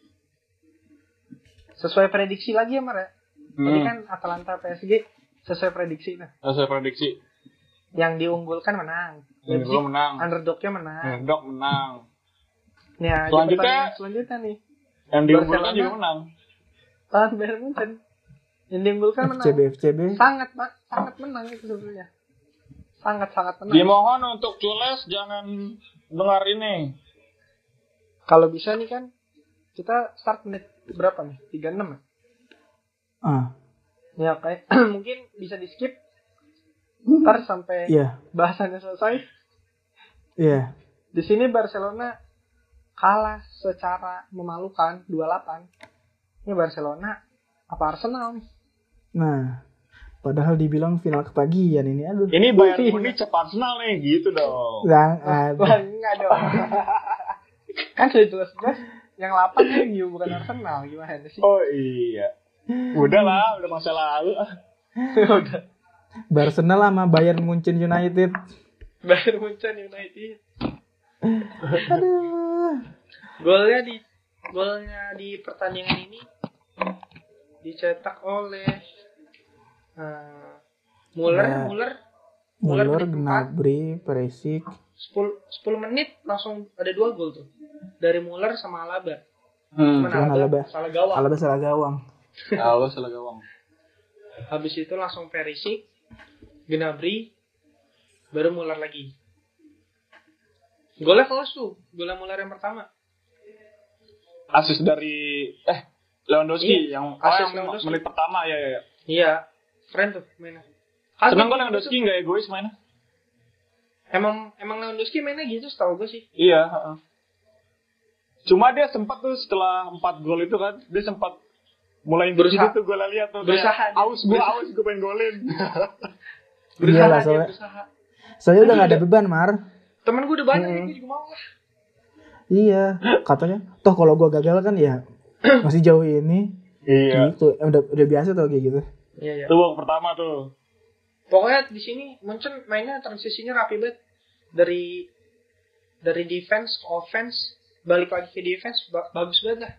Sesuai prediksi lagi ya Mar ya. Tadi kan Atalanta PSG sesuai prediksi nah. Saya prediksi Yang diunggulkan menang. Leipzig Leipzig menang. underdognya menang. Underdog menang. Nah, selanjutnya nih. Yang diunggulkan Barcelona. juga menang. Lawan Bayern Munchen. Yang diunggulkan menang. FCB. Sangat menang itu sebenarnya. Sangat menang. Dimohon untuk Cules jangan dengar ini. Kalau bisa nih kan kita start menit berapa nih? 36 ya? Ya kayak mungkin bisa di skip ntar sampai Iya. bahasannya selesai. Iya. Di sini Barcelona kalah secara memalukan 2-8. Ini Barcelona apa Arsenal nih? Nah, padahal dibilang final kepagian ini, aduh. Ini Bayern Munich cepat Arsenal nih, gitu dong. Wah, Enggak dong. Kan sudah jelas-jelas yang 8 nih MU bukan Arsenal, gimana sih? Oh iya. Udah masa lalu. Udah. Barcelona sama Bayern Munchen United. Bayern Munchen United. Aduh. Golnya di pertandingan ini dicetak oleh Muller Muller, menit Gnabry, Perisic. 10 menit langsung ada 2 gol tuh. Dari Muller sama Alaba. Cuman Alaba salah gawang. salah gawang. Kalau salah gawang. Habis itu langsung Perisic, Gnabry, baru Muller lagi. Golnya close tuh, golnya Muller yang pertama. Asis dari Lewandowski yang asis yang Lewandowski. menit pertama ya. Iya, keren tuh mainnya. Seneng gue Lewandowski nggak egois mainnya. Emang Lewandowski mainnya gitu setahu gue sih. Iya. Cuma dia sempat tuh setelah 4 gol itu kan, dia sempat mulai Berusaha. tuh gue lihat tuh. Berusaha. Gue pengen golin. Iyalah, Dia soalnya berusaha. saya udah gak ada beban, Mar. Temen gue udah banyak nih, gue juga mau lah. Iya, katanya toh kalau gua gagal kan ya masih jauh ini. Iya. Gitu. Udah biasa tuh kayak gitu. Iya. Itu babak pertama tuh. Pokoknya di sini Munchen mainnya transisinya rapi banget. Dari defense ke offense, balik lagi ke defense, bagus banget lah.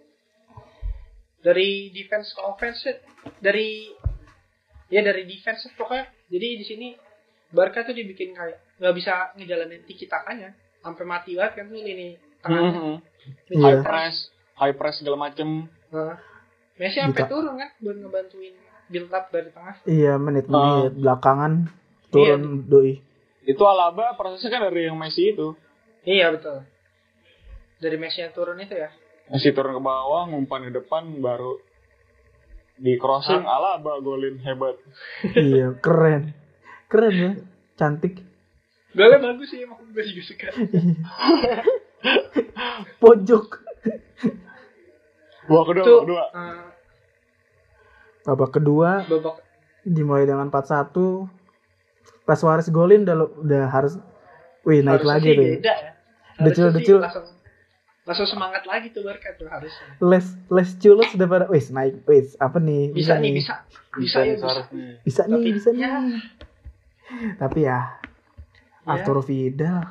Dari defense ke offense, dari defense pokoknya. Jadi di sini Barca tuh dibikin kayak nggak bisa ngejalanin tiki-takanya sampai mati banget kan tuh lini tengahnya. Iya. High press segala macem. Messi sampai turun kan buat ngebantuin build up dari tengah. Iya, menit-menit belakangan turun doi. Itu Alaba prosesnya kan dari yang Messi itu. Iya betul. Dari Messi yang turun itu ya. Messi turun ke bawah, ngumpan ke depan, baru di crossing Alaba golin hebat. Iya, keren ya, cantik. Golnya bagus sih, emang gue juga suka. Pojok. Babak kedua dimulai dengan 4-1. Pas Suarez golin udah harus naik harusnya lagi sih tuh. beda ya. Decil. Langsung semangat lagi tuh Barca tuh harusnya. Les Cules udah pada naik. Apa nih? Bisa nih. Tapi ya Arturo Vidal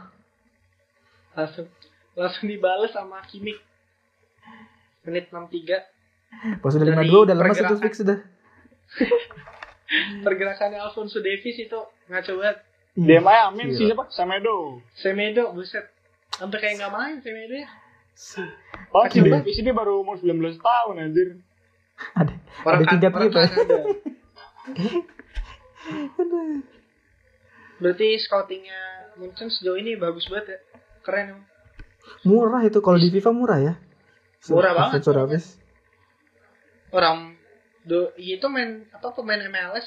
langsung dibales sama Kimmich. Menit 63. pas udah 5-2 udah lemas itu fix sudah. Pergerakannya Alphonso Davies itu ngaco banget. Dia main si siapa? Semedo, buset. Sampai kayak enggak main Semedo ya. Oh, si dia baru umur 19 tahun anjir. Ada 3 kita. Berarti scoutingnya Munchen sejauh ini bagus banget ya. Keren emang. Murah itu kalau di FIFA murah ya. Murah banget. Habis. Orang itu pemain MLS.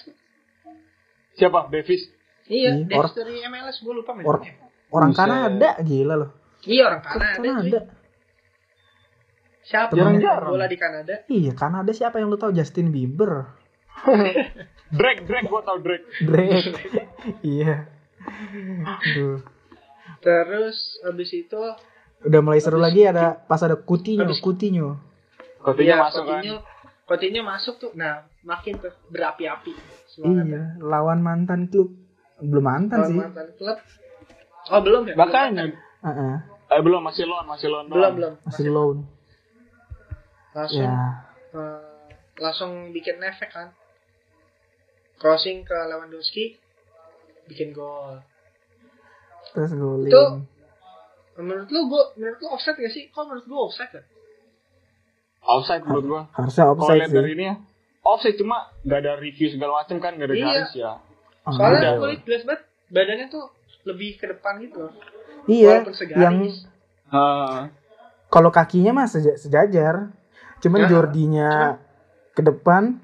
Siapa? Davis. Iya, Davis dari MLS gue lupa mainnya. Orang Kanada gila loh. Iya, orang Kanada. Kanada. Cuy. Siapa Jarang-jarang. bola di Kanada? Iya, Kanada siapa yang lu tahu? Justin Bieber. Drake, gue tau Drake. Drake. Iya. Aduh. Terus habis itu Udah mulai seru lagi pas ada Coutinho. Coutinho iya, masuk kan. Coutinho masuk tuh. Nah, makin tuh berapi-api. Iya, lawan mantan klub. Belum mantan sih. Mantan klub. Oh, belum ya? Makanya. Heeh. Belum, masih loan. Belum. Masih loan. Langsung Ya. langsung bikin efek kan. Crossing ke Lewandowski, bikin gol. Terus golin. Itu menurut lu offside gak sih? Kok menurut gua offside ya? Offside menurut gue. Harusnya Kalau offside lihat sih. dari ini ya, offside cuma gak ada review segala macam kan, gak ada Iya. garis ya. Soalnya Iya. gue liat jelas banget badannya tuh lebih ke depan gitu loh. Iya, Walaupun segaris. yang Heeh. kalau kakinya mah sejajar. Cuman Ya, Jordinya ke depan.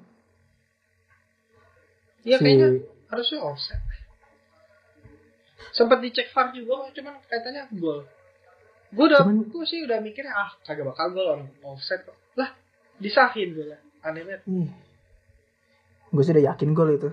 Iya si kayaknya harusnya offside. Sempat dicek VAR juga, cuman katanya gol. Gue sih udah mikirnya kagak bakal gol offside kok. Lah, disahin gue lah. Aneh banget. Gue sih udah yakin gol itu.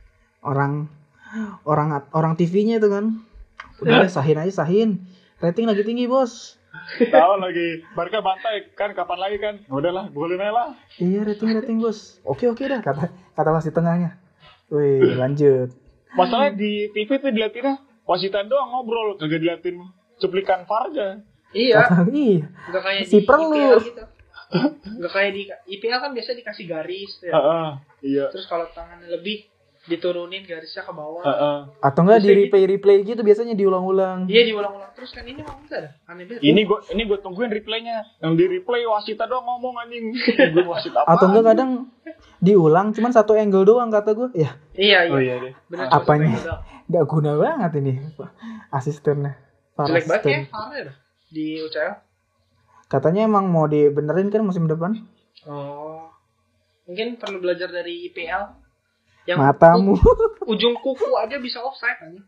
Orang TV-nya itu kan. Udah sahin aja sahin. Rating lagi tinggi, Bos. Tahu lagi Barca bantai kan, kapan lagi kan? Udahlah, golin aja lah. Iya, rating Bos. Oke dah kata wasit tengahnya. Wih, lanjut. Masalahnya di TV tuh diliatinnya wasitan doang ngobrol, kagak diliatin cuplikan VAR aja. Iya, Iya. nggak kayak Si di perlu. IPL gitu. Nggak kayak di IPL kan biasa dikasih garis ya. Iya. Terus kalau tangannya lebih diturunin garisnya ke bawah. Atau enggak di Terus replay gitu biasanya diulang-ulang. Iya, diulang-ulang terus kan ini mah enggak ada. Aneh banget. Ini gue tungguin replaynya. Yang di replay wasita doang ngomong anjing. Gue wasit apa? Atau enggak kadang diulang cuman satu angle doang kata gue. Ya, Iya. Oh iya deh. Bener, apanya? cuma sampai enggak guna banget ini asistennya. gitu. Jelek banget ya Asisten. VAR-nya dah di UCL. Katanya emang mau dibenerin kan musim depan. Oh. Mungkin perlu belajar dari IPL. Yang Matamu. ujung kuku aja bisa offside kan.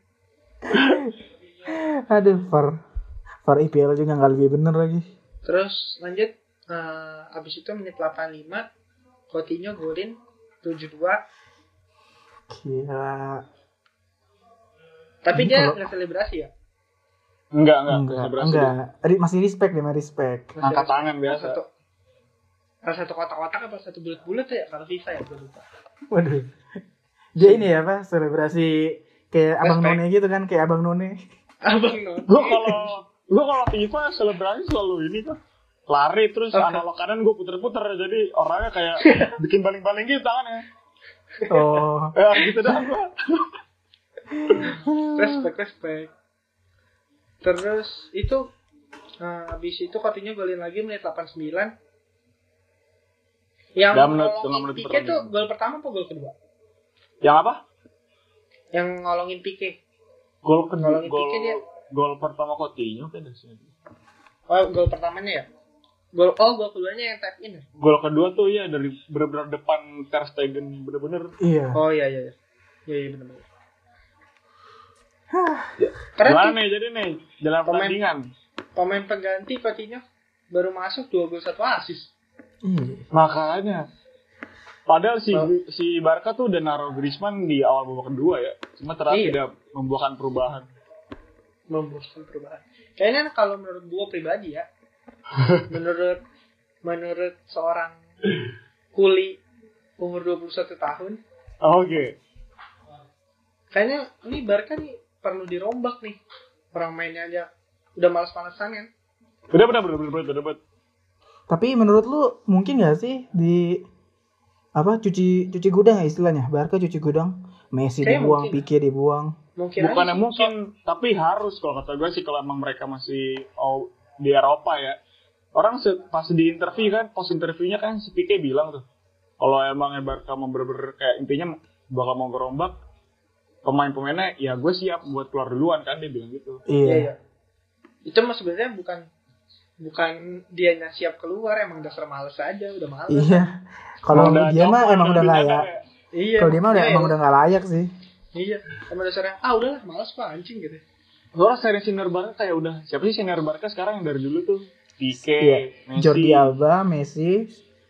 Aduh, VAR IPL juga nggak lebih bener lagi. Terus lanjut abis itu menit 85 Coutinho golin 7-2. Gila. Tapi Ini dia kalau- nggak selebrasi ya? Enggak. Masih respect dia, masih respect. Angkat tangan biasa. Satu kotak-kotak apa satu bulat-bulat ya kalau FIFA ya, gue lupa. Waduh. Dia ini ya, Pak, selebrasi kayak Abang Respect. None gitu kan, kayak Abang None. Abang non. Gue kalau FIFA selebrasi selalu ini tuh lari terus analog kanan gue puter-puter, jadi orangnya kayak bikin baling-baling gitu tangannya. Oh. Gitu dah gue. Respect. Terus itu habis itu Coutinho golin lagi menit 89. Yang ngolongin Pique tuh gol pertama apa gol kedua? Yang apa? Yang ngolongin Pique. Gol kedua. Ngolongin Pique dia. Gol pertama Coutinho kan sih. Oh, gol pertamanya ya? Gol keduanya yang tap in ya? Gol kedua tuh ya dari bener-bener depan Ter Stegen bener-bener. Iya. Oh iya. Iya benar-benar. Gimana nih jadi nih jalan pertandingan? Pemain pengganti Coutinho baru masuk 2 gol 1 assist. Iya. Makanya. Padahal si Barca tuh udah naruh Griezmann di awal babak kedua ya. Cuma ternyata tidak membuahkan perubahan. Kayaknya kalau menurut gua pribadi ya. menurut seorang kuli umur 21 tahun. Oke. Kayaknya ini Barca nih perlu dirombak nih. Orang mainnya aja udah malas-malasan kan. Bener. Tapi menurut lu mungkin gak sih cuci gudang ya istilahnya? Barca cuci gudang, Messi Kayak dibuang, mungkin. Pique dibuang. Bukannya mungkin, tapi harus kalau kata gue sih kalau emang mereka masih di Eropa ya. Orang pas di interview kan, post interviewnya kan si Pique bilang tuh, kalau emang Barca mau bener-bener kayak intinya bakal mau gerombak, pemain-pemainnya ya gue siap buat keluar duluan kan, dia bilang gitu. Iya. Itu mah sebenarnya bukan dia siap keluar, emang dasar males aja, udah males. Iya. Kalau dia mah emang udah layak. Iya. Kalau dia mah emang udah nggak layak sih. Iya. Emang dasarnya udahlah males pak anjing gitu. Soalnya senior Barca kayak udah siapa sih senior Barca sekarang yang dari dulu tuh? Pique, Iya. Messi, Jordi Alba, Messi,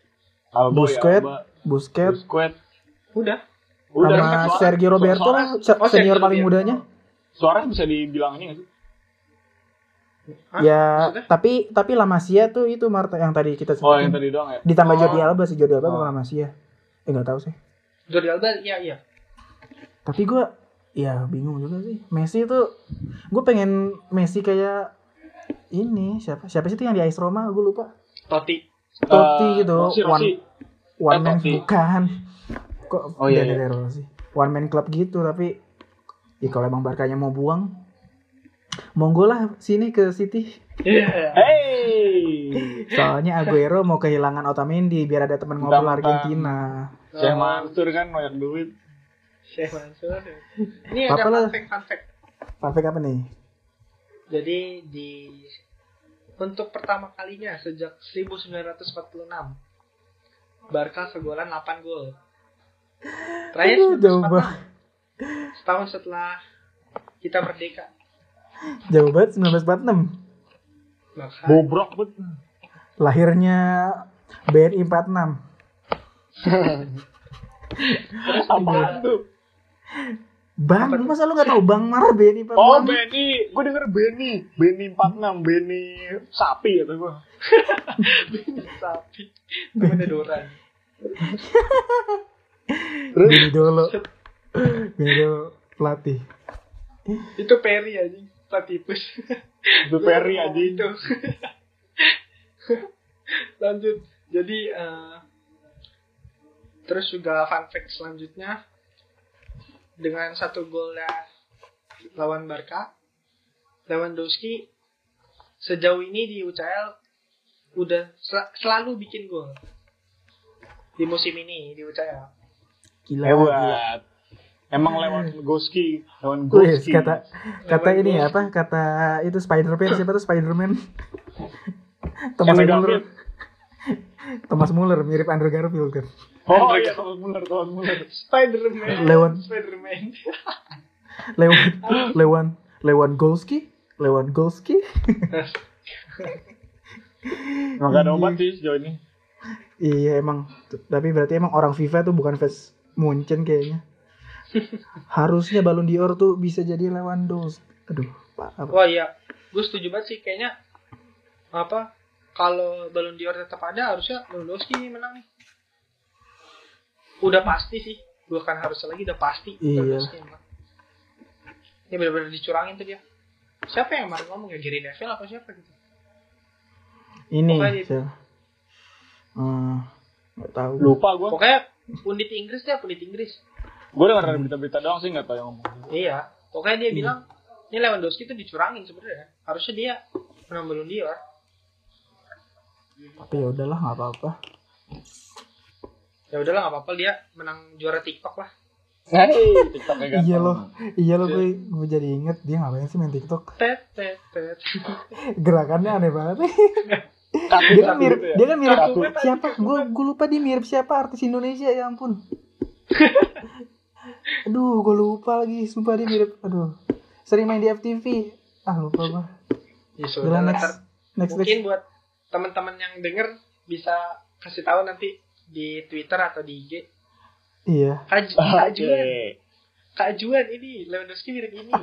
Busquets, Udah. sama Suarez- Sergio Roberto lah, Suarez- senior Sergio paling Roberto. mudanya. Suarez bisa dibilang ini nggak sih? Hah? Ya, Maksudnya? tapi La Masia tuh itu Marta yang tadi kita Oh sebutin. yang tadi doang ya. Ditambah Oh. Jordi Alba sih, Jordi Alba Oh. bukan La Masia. Enggak tahu sih. Jordi Alba, iya. Tapi gue ya bingung juga sih. Messi tuh gue pengen Messi kayak ini siapa sih itu yang di AS Roma gue lupa. Totti. Totti gitu. Rossi. One man Totti. bukan. Kok Oh, iya, beda dari Rossi. One man club gitu tapi ya kalau emang Barkanya mau buang monggo lah sini ke City. Iya. Hey. Soalnya Aguero mau kehilangan Otamendi biar ada teman ngobrol Mentang-mentang. Argentina. Syekh Mansur kan banyak duit. Syekh Mansur. Ini Apa ada lah? fun fact. Perfect apa nih? Jadi untuk pertama kalinya sejak 1946 Barca segolan 8 gol. Terakhir Aduh, jauh 1946, banget. setahun setelah kita merdeka. Jauh banget 1946. Maka Bobrok bet. Lahirnya BNI 46. Apaan tuh? Bang, lu masa lu gak tau Bang Mar BNI 46? Oh Benny, gue denger Benny 46, Benny sapi kata gue. sapi. Namanya Doran. Bini dulu pelatih. Itu Perry anjing, Platipus. Itu Perry aja. Itu. Lanjut. Jadi terus juga fun fact selanjutnya dengan 1 gol lawan Barca, Lewandowski sejauh ini di UCL udah selalu bikin gol di musim ini di UCL. Gila. Hebat. Emang Lewandowski. Wih, kata ini ya, apa? Kata itu Spider-Man, siapa tuh Spider-Man? Thomas Andrew Muller. Garfield. Thomas Muller mirip Andrew Garfield kan. Oh iya, Thomas Muller. Spider-Man. Lewandowski. Emang gak ada obat sih sejauh ini. Iya emang, tapi berarti emang orang FIFA tuh bukan fans Munchen kayaknya. Harusnya Ballon d'Or tuh bisa jadi Lewandowski. Aduh, apa? Wah iya, gue setuju banget sih kayaknya. Apa? Kalau Ballon d'Or tetap ada, harusnya Lewandowski menang nih. Udah pasti sih, bukan harus lagi, udah pasti. Iya. Lewandowski yang menang. Ini benar-benar dicurangin tuh dia. Siapa yang kemarin ngomong ya, Gary Neville apa siapa gitu? Ini Pokoknya siapa? Nggak tahu. Lupa gue. Pokoknya pundit Inggris. Gue denger dari berita-berita doang sih, gak tau yang ngomong. Iya, pokoknya dia bilang ini Lewandowski tuh dicurangin sebenarnya. Harusnya dia menang Ballon d'Or. Tapi ya udahlah, nggak apa-apa. Ya udahlah nggak apa-apa, dia menang juara TikTok lah. Hei, TikToknya ganteng. Iya loh, gue jadi inget dia ngapain sih main TikTok. Tet. Gerakannya aneh banget. Kaku Dia kan mirip gitu ya. siapa? Kaku. Gue lupa dia mirip siapa artis Indonesia, ya ampun. Aduh, gue lupa lagi, sumpah dia mirip. Aduh, sering main di FTV. Lupa gue. Ya Udah, sudah, next. mungkin buat teman-teman yang denger bisa kasih tahu nanti di Twitter atau di IG. Iya. Kak Juan ini Lewandowski mirip ini.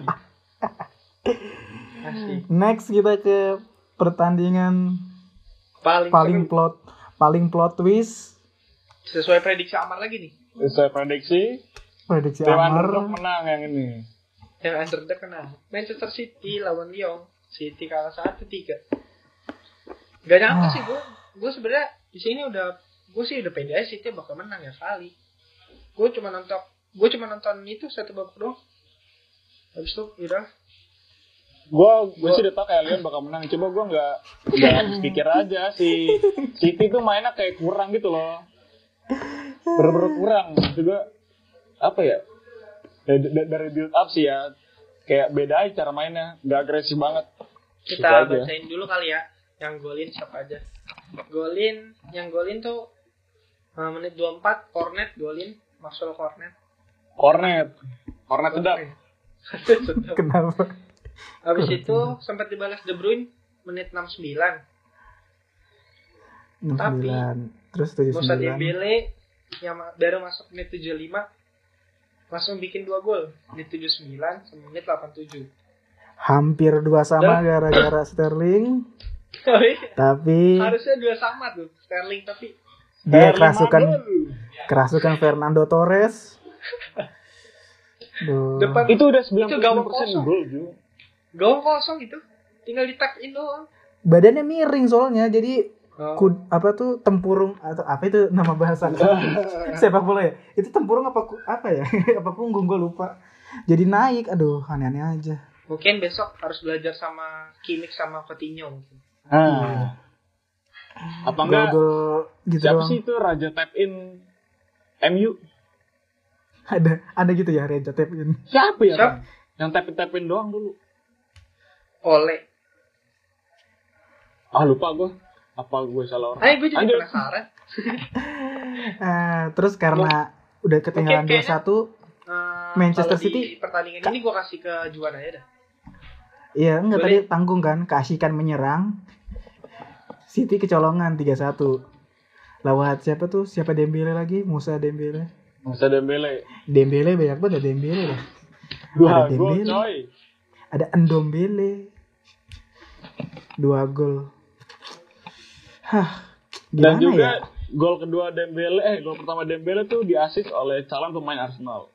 Asik. Next kita ke pertandingan Paling seru. paling plot twist. Sesuai prediksi Amar lagi nih. Saya prediksi Prediksi tim Amar. underdog menang yang ini. Yang underdog kena Manchester City lawan Lyon. City kalah 1-3. Gak nyangka sih gue sebenarnya di sini gue udah pede aja City bakal menang ya kali. Gue cuma nonton itu satu babak doang. Habis itu udah. Gue sih udah tau kayak Lyon bakal menang. Coba gue nggak pikir aja si City tuh mainnya kayak kurang gitu loh. Bener-bener kurang. Juga apa ya? Dari build up sih ya. Kayak beda aja cara mainnya. Gak agresif banget. Kita bacain dulu kali ya. Yang golin siapa aja. Yang golin tuh menit 24 Cornet golin. Maxwell Cornet Cornet sedap. Kenapa? Habis itu sempat dibalas De Bruyne menit 69. 69. Terus Moussa 79. Dembele yang baru masuk menit 75 langsung bikin 2 gol menit 79 sama menit 87. Hampir 2 sama gara-gara Sterling. Tapi Harusnya 2 sama tuh Sterling, tapi dia kerasukan Fernando Torres. Duh. depan Itu udah Itu gawang 99% kosong. gol juga. gawang kosong itu tinggal di tap in doang. Badannya miring soalnya, jadi Oh. apa tuh tempurung atau apa itu nama bahasa sepak bola ya? Itu tempurung apa ya? Apa punggung gue lupa. Jadi naik, aduh aneh-aneh aja. Mungkin besok harus belajar sama Kimmich sama Coutinho mungkin. Apa enggak? Gol gitu Siapa doang. sih itu raja tap in MU? Ada gitu ya Reja Tepin. Siapa ya? Siapa? Yang tap in doang dulu. Ole. Lupa gue. Apa gue salah orang? Gue jadi Lanjut. penasaran. Terus karena udah ketinggalan Mungkin kayaknya, 2-1, Manchester kalau di City pertandingan ini gue kasih ke Juan aja dah. iya enggak Boleh. tadi tanggung kan, keasikan menyerang. City kecolongan 3-1. Lewat siapa tuh? Siapa Dembele lagi? Moussa Dembele. Moussa Dembele. Dembele banyak banget ya Dembele dah. 2 Ada gol Dembele. coy. Ada Ndombele. 2 gol. Dan Gimana juga ya? gol kedua Dembele, gol pertama Dembele tuh diassist oleh calon pemain Arsenal.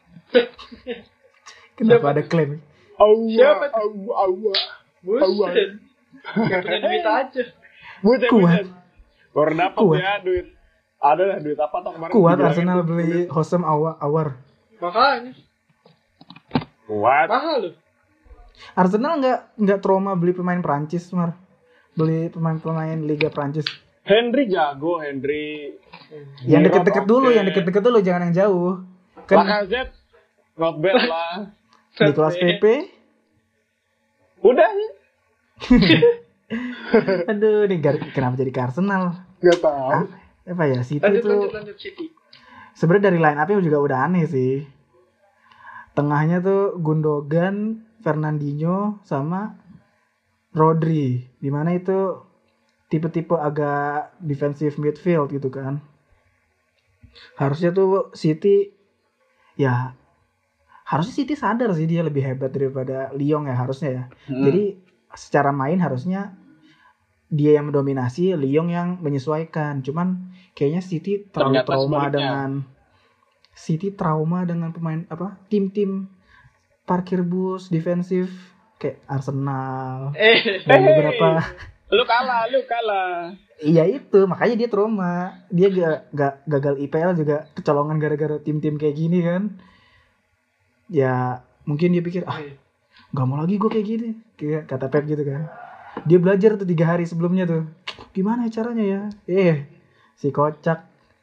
Kenapa ada klaim? Siapa tuh? Awa. Buset. Gak punya duit aja. Kuat. Baru dapat Kuat. ya duit. Ada lah duit apa tuh kemarin? Kuat dibilangin Arsenal tuh. beli Hosam Awar. Makanya. Kuat. Mahal loh. Arsenal nggak trauma beli pemain Prancis, Mar. Beli pemain Liga Prancis. Henry jago, Henry. Yang Giroud deket-deket oke. dulu, yang deket-deket dulu, jangan yang jauh. Kan Lacazette not bad lah. Nicolas Pepe. Udah ya. Aduh, nih kenapa jadi ke Arsenal? Gak tahu. Apa ya, City Lanjut City. sebenarnya dari line up-nya juga udah aneh sih. Tengahnya tuh Gundogan, Fernandinho, sama Rodri. Dimana itu tipe-tipe agak defensive midfield gitu kan. Harusnya tuh City, ya harusnya City sadar sih dia lebih hebat daripada Lyon ya harusnya ya. Jadi secara main harusnya dia yang mendominasi, Lyon yang menyesuaikan. Cuman kayaknya City terlalu Ternyata trauma sebaliknya. dengan pemain tim-tim parkir bus defensif kayak Arsenal dan beberapa. Lu kalah. Iya itu, makanya dia trauma. Dia gak gagal IPL juga kecolongan gara-gara tim-tim kayak gini kan. Ya mungkin dia pikir gak mau lagi gue kayak gini, kayak kata Pep gitu kan. Dia belajar tuh 3 hari sebelumnya tuh, gimana caranya ya. Si kocak.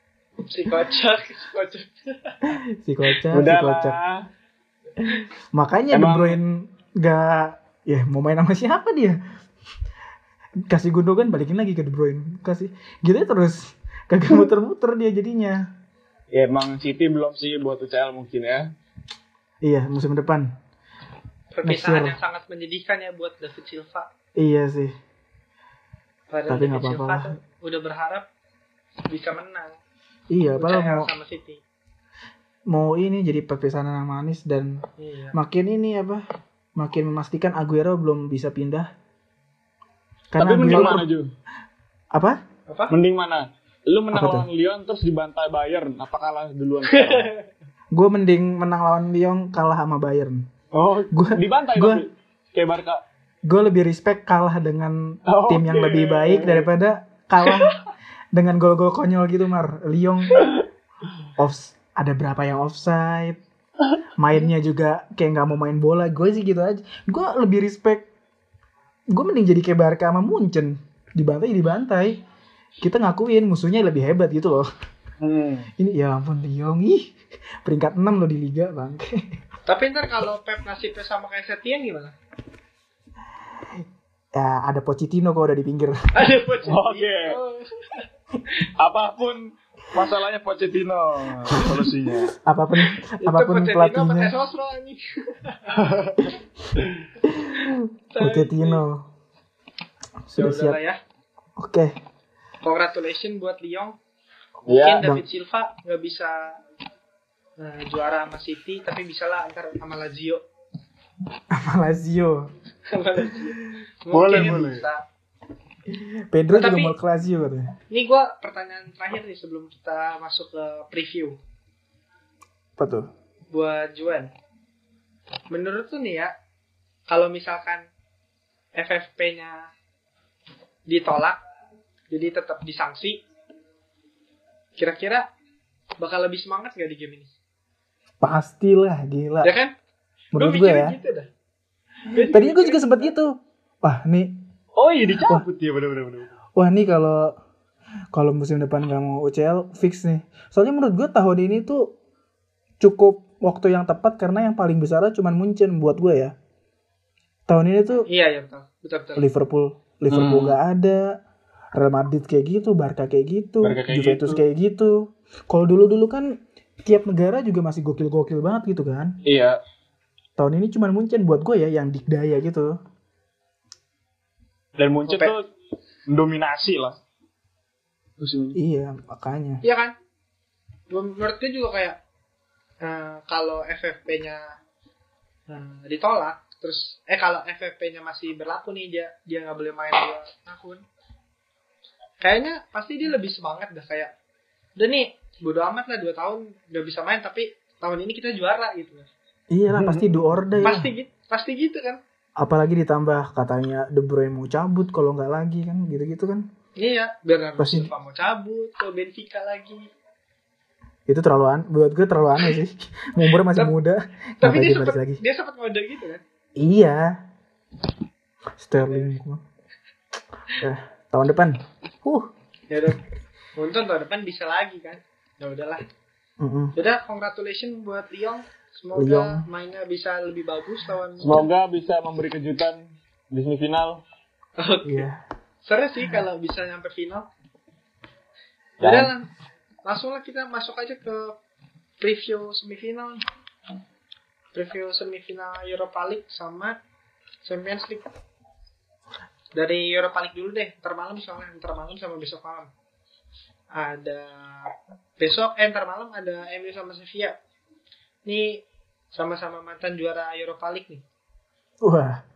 Udahlah. Makanya De Emang- Bruyne gak, ya mau main sama siapa dia. Kasih Gundogan balikin lagi ke De Bruyne, kasih gitu terus, kagak muter-muter dia jadinya. Ya emang City belum sih buat UCL mungkin ya. Iya musim depan. Perpisahan year. yang sangat menyedihkan ya buat David Silva. Iya sih. Padahal Tapi David nggak apa-apa Silva lah. tuh udah berharap bisa menang Iya, UCL padahal sama City. mau ini jadi perpisahan yang manis dan Iya. makin memastikan Aguero belum bisa pindah. Tapi mending Aguero mana Ju? apa? Apa? Mending mana? Lu menang Apa tuh? lawan Lyon terus dibantai Bayern, apa kalah duluan sekarang? Gue mending menang lawan Lyon kalah sama Bayern. Gua- Dibantai gua- tapi kayak Barca. Gue lebih respect kalah dengan tim yang Oke. lebih baik daripada kalah dengan gol-gol konyol gitu, Mar. Lyon ada berapa yang offside, mainnya juga kayak nggak mau main bola. Gue sih gitu aja. Gue lebih respect. Gue mending jadi kayak Barca sama Munchen, dibantai. Kita ngakuin musuhnya lebih hebat gitu loh. Ini ya ampun Lyon, peringkat 6 loh di liga bang. Tapi ntar kalau Pep nasibnya sama kayak Setien gimana? Ya ada Pochettino kok udah di pinggir. Ada Pochettino. Oke. Apapun Masalahnya Pochettino solusinya. apapun Pochettino pelatihnya. pakai sosro ini. Pochettino sudah Ya siap. udahlah ya. Oke. Congratulations buat Lyon. Ya, Mungkin David Silva nggak bisa juara sama City, tapi bisa lah ntar sama Lazio. Lazio. Sama Lazio. Boleh, Mungkin boleh. bisa. Pedro juga Tapi- mau ke Lazio katanya. Ini gue pertanyaan terakhir nih sebelum kita masuk ke preview Apa tuh? buat Juan. Menurut tuh nih ya, kalau misalkan FFP-nya ditolak, jadi tetap disanksi, kira-kira bakal lebih semangat gak di game ini? Pastilah, gila. Ya kan? Menurut Gua gue mikirnya ya. gitu dah. Tadinya gue juga sempat gitu. Wah nih, Oh iya dicabut ya bener. wah nih kalau musim depan nggak mau UCL fix nih. Soalnya menurut gue tahun ini tuh cukup waktu yang tepat karena yang paling besar cuma Munchen buat gue ya. Tahun ini tuh Iya, betul. Liverpool nggak ada, Real Madrid kayak gitu, Barca kayak gitu, Barca kayak Juventus gitu. kayak gitu. Kalau dulu kan tiap negara juga masih gokil-gokil banget gitu kan. Iya. Tahun ini cuma Munchen buat gue ya yang dikdaya gitu. Dan Munchen tuh mendominasi lah. Iya, makanya. Iya kan? Menurut gue juga kayak kalau FFP-nya ditolak, terus kalau FFP-nya masih berlaku nih, dia nggak boleh main 2 tahun. Kayaknya pasti dia lebih semangat dah, kayak udah nih bodo amat lah 2 tahun nggak bisa main, tapi tahun ini kita juara gitu. Iya lah, pasti do or die lah. Pasti gitu kan? Apalagi ditambah katanya De Bruyne mau cabut kalau nggak lagi kan, gitu-gitu kan. Iya, Bernardo Pasti. Silva mau cabut ke Benfica lagi. Itu buat gue terlalu aneh sih. Umur masih muda, Tapi ngapain dia balik lagi? dia sempat ngode gitu kan? Iya. Sterling. Tahun depan. Ya udah, untung tahun depan bisa lagi kan? Ya udahlah. Udah, congratulations buat Lyon. Semoga Lyon. mainnya bisa lebih bagus lawan. Semoga bisa memberi kejutan di semifinal. Iya. Seru sih kalau bisa nyampe final. Dan- Udah lah, langsung lah kita masuk aja ke preview semifinal. Preview semifinal Europa League sama Champions League. Dari Europa League dulu deh, ntar malam sama besok malam. Ada ntar malam ada MU sama Sevilla. Ini sama-sama mantan juara Europa League nih. Wah.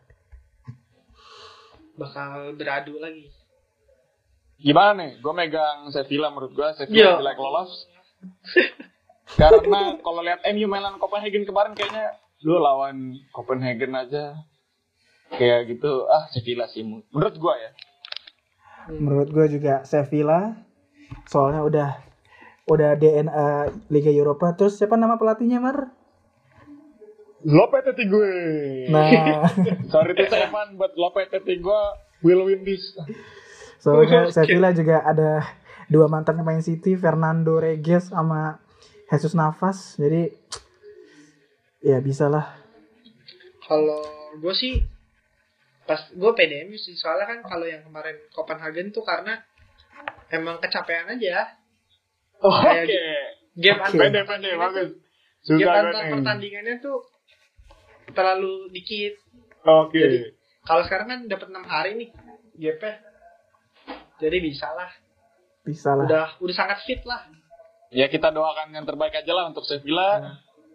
Bakal beradu lagi. Gimana nih? Gue megang Sevilla, menurut gue Iya. Sevilla jelek lolos. Karena kalau lihat MU main lawan Copenhagen kemarin kayaknya lu lawan Copenhagen aja kayak gitu. Sevilla sih menurut gue ya. Menurut gue juga Sevilla. Soalnya udah DNA Liga Eropa. Terus siapa nama pelatihnya, Mar? Lopetegui gue. Nah, Sorry to say Evan, but Lopetegui gue will win this. soalnya Oke. Sevilla juga ada 2 mantan pemain City, Fernando Regues sama Jesus Navas. Jadi ya bisa lah. Kalau gue sih pas gue PDM sih, soalnya kan kalau yang kemarin Copenhagen tuh karena emang kecapean aja. Oke. Kayak game Oke. antar Pede, bagus. game Suka antar gue nih. pertandingannya tuh terlalu dikit. Oke. Jadi kalau sekarang kan dapat 6 hari nih GP. Jadi bisa lah. Bisa lah. Udah sangat fit lah. Ya kita doakan yang terbaik aja lah untuk Sevilla.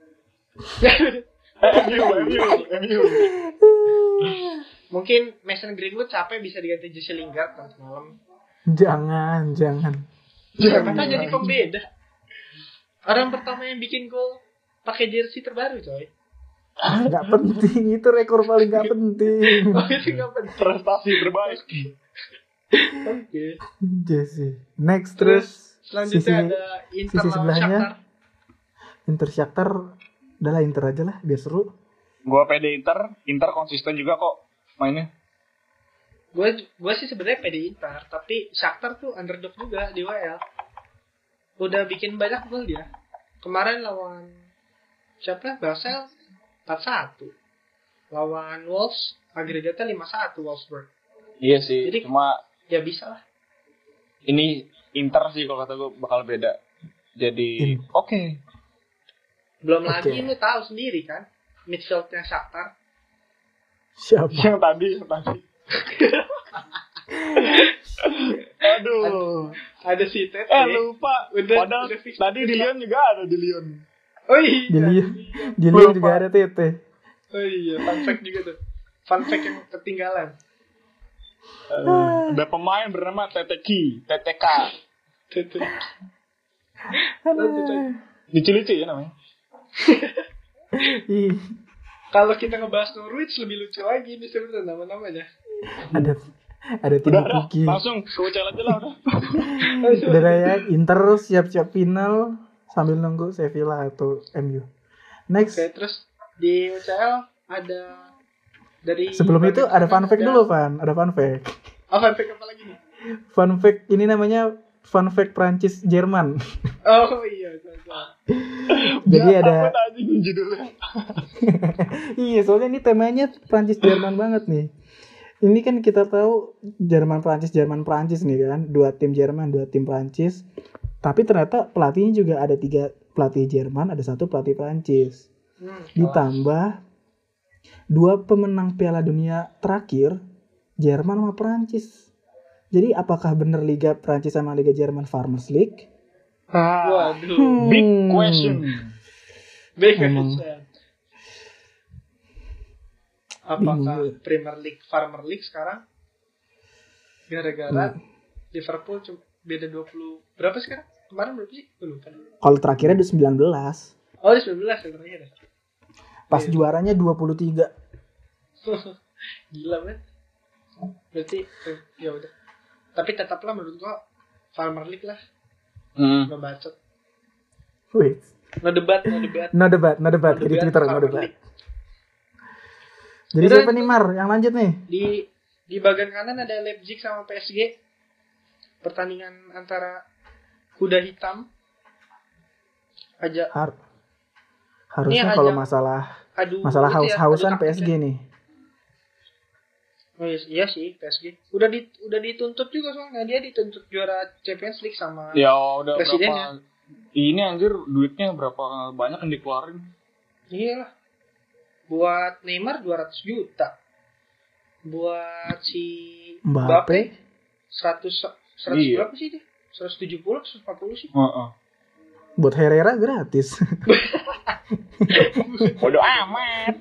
MU. Mungkin Mason Greenwood capek bisa diganti Jesse Lingard nanti malam. Jangan. Siapa tahu jadi pembeda. Orang pertama yang bikin gol pakai jersey terbaru, coy. Nggak penting, itu rekor paling nggak penting. Oh, itu nggak penting. Prestasi terbaik. Oke. Jesse. Next terus Selanjutnya ada Inter sisi lawan sebelahnya. Shakhtar. Inter Shakhtar. Udahlah Inter aja lah, biar seru. Gua pede Inter konsisten juga kok mainnya. Gue sih sebenarnya pede Inter, tapi Shakhtar tuh underdog juga di WL. Udah bikin banyak gol dia. Kemarin lawan siapa? Basel 4-1. Lawan Wolves agregatnya 5-1 Wolfsburg. Iya sih. Jadi- Cuma Ya bisa lah. ini Inter sih kalau kata gue bakal beda. Jadi oke. Belum lagi lu tahu sendiri kan, midfieldnya Shakhtar. Siapa? Yang tadi. Aduh. Ada si Tete. Lupa. Padahal tadi di Lyon juga ada di Lyon. Oh iya. Di Lyon juga ada Tete. Oh iya, fun fact juga tuh. Fun fact yang ketinggalan. Ada pemain bernama TTK. Tete. Lucu-lucu ya namanya. Ih, Kalau kita ngebahas Norwich lebih lucu lagi nih sebenarnya nama-namanya. ada tim Udah, Puki. langsung ke UCL aja lah udah. Udah ya, Inter siap-siap final sambil nunggu Sevilla atau MU. Next. Oke, terus di UCL ada dari Sebelum itu ada fun fact dulu, Van. Ada fun fact. Oh, fun fact apa lagi nih? Fun fact ini namanya fun fact Prancis Jerman. Oh iya, Jadi ada Apa tadi judulnya? iya, soalnya ini temanya Prancis Jerman banget nih. Ini kan kita tahu Jerman Prancis nih kan, 2 tim Jerman, 2 tim Prancis. Tapi ternyata pelatihnya juga ada 3 pelatih Jerman, ada 1 pelatih Prancis. Ditambah 2 pemenang Piala Dunia terakhir Jerman sama Prancis. Jadi apakah benar Liga Prancis sama Liga Jerman Farmers League? Waduh. Big question. Emang. Apakah Premier League, Farmer League sekarang gara-gara Liverpool cuma beda 20 berapa sekarang? Kemarin berapa sih? Gue lupa. Kalau terakhirnya udah 19. Oh, di 19 ya terakhir. Pas juaranya 23. Gila banget. Berarti ya udah. Tapi tetaplah menurut gua Farmer League lah. Gak bacot. Wait. No debat. No debat. Di Twitter no debat. Jadi Udah, siapa nih Mar yang lanjut nih? Di bagian kanan ada Leipzig sama PSG. Pertandingan antara kuda hitam. Harusnya kalau masalah haus-hausan PSG nih. Oh iya sih PSG. Udah dituntut juga soalnya dia dituntut juara Champions League sama Ya udah presidennya. berapa? Ini anjir duitnya berapa banyak yang dikeluarin? Iya lah. Buat Neymar 200 juta. Buat si Mbappe 100 Iya. berapa sih dia? 170, 140 sih. buat Herrera gratis. Bodoh amat.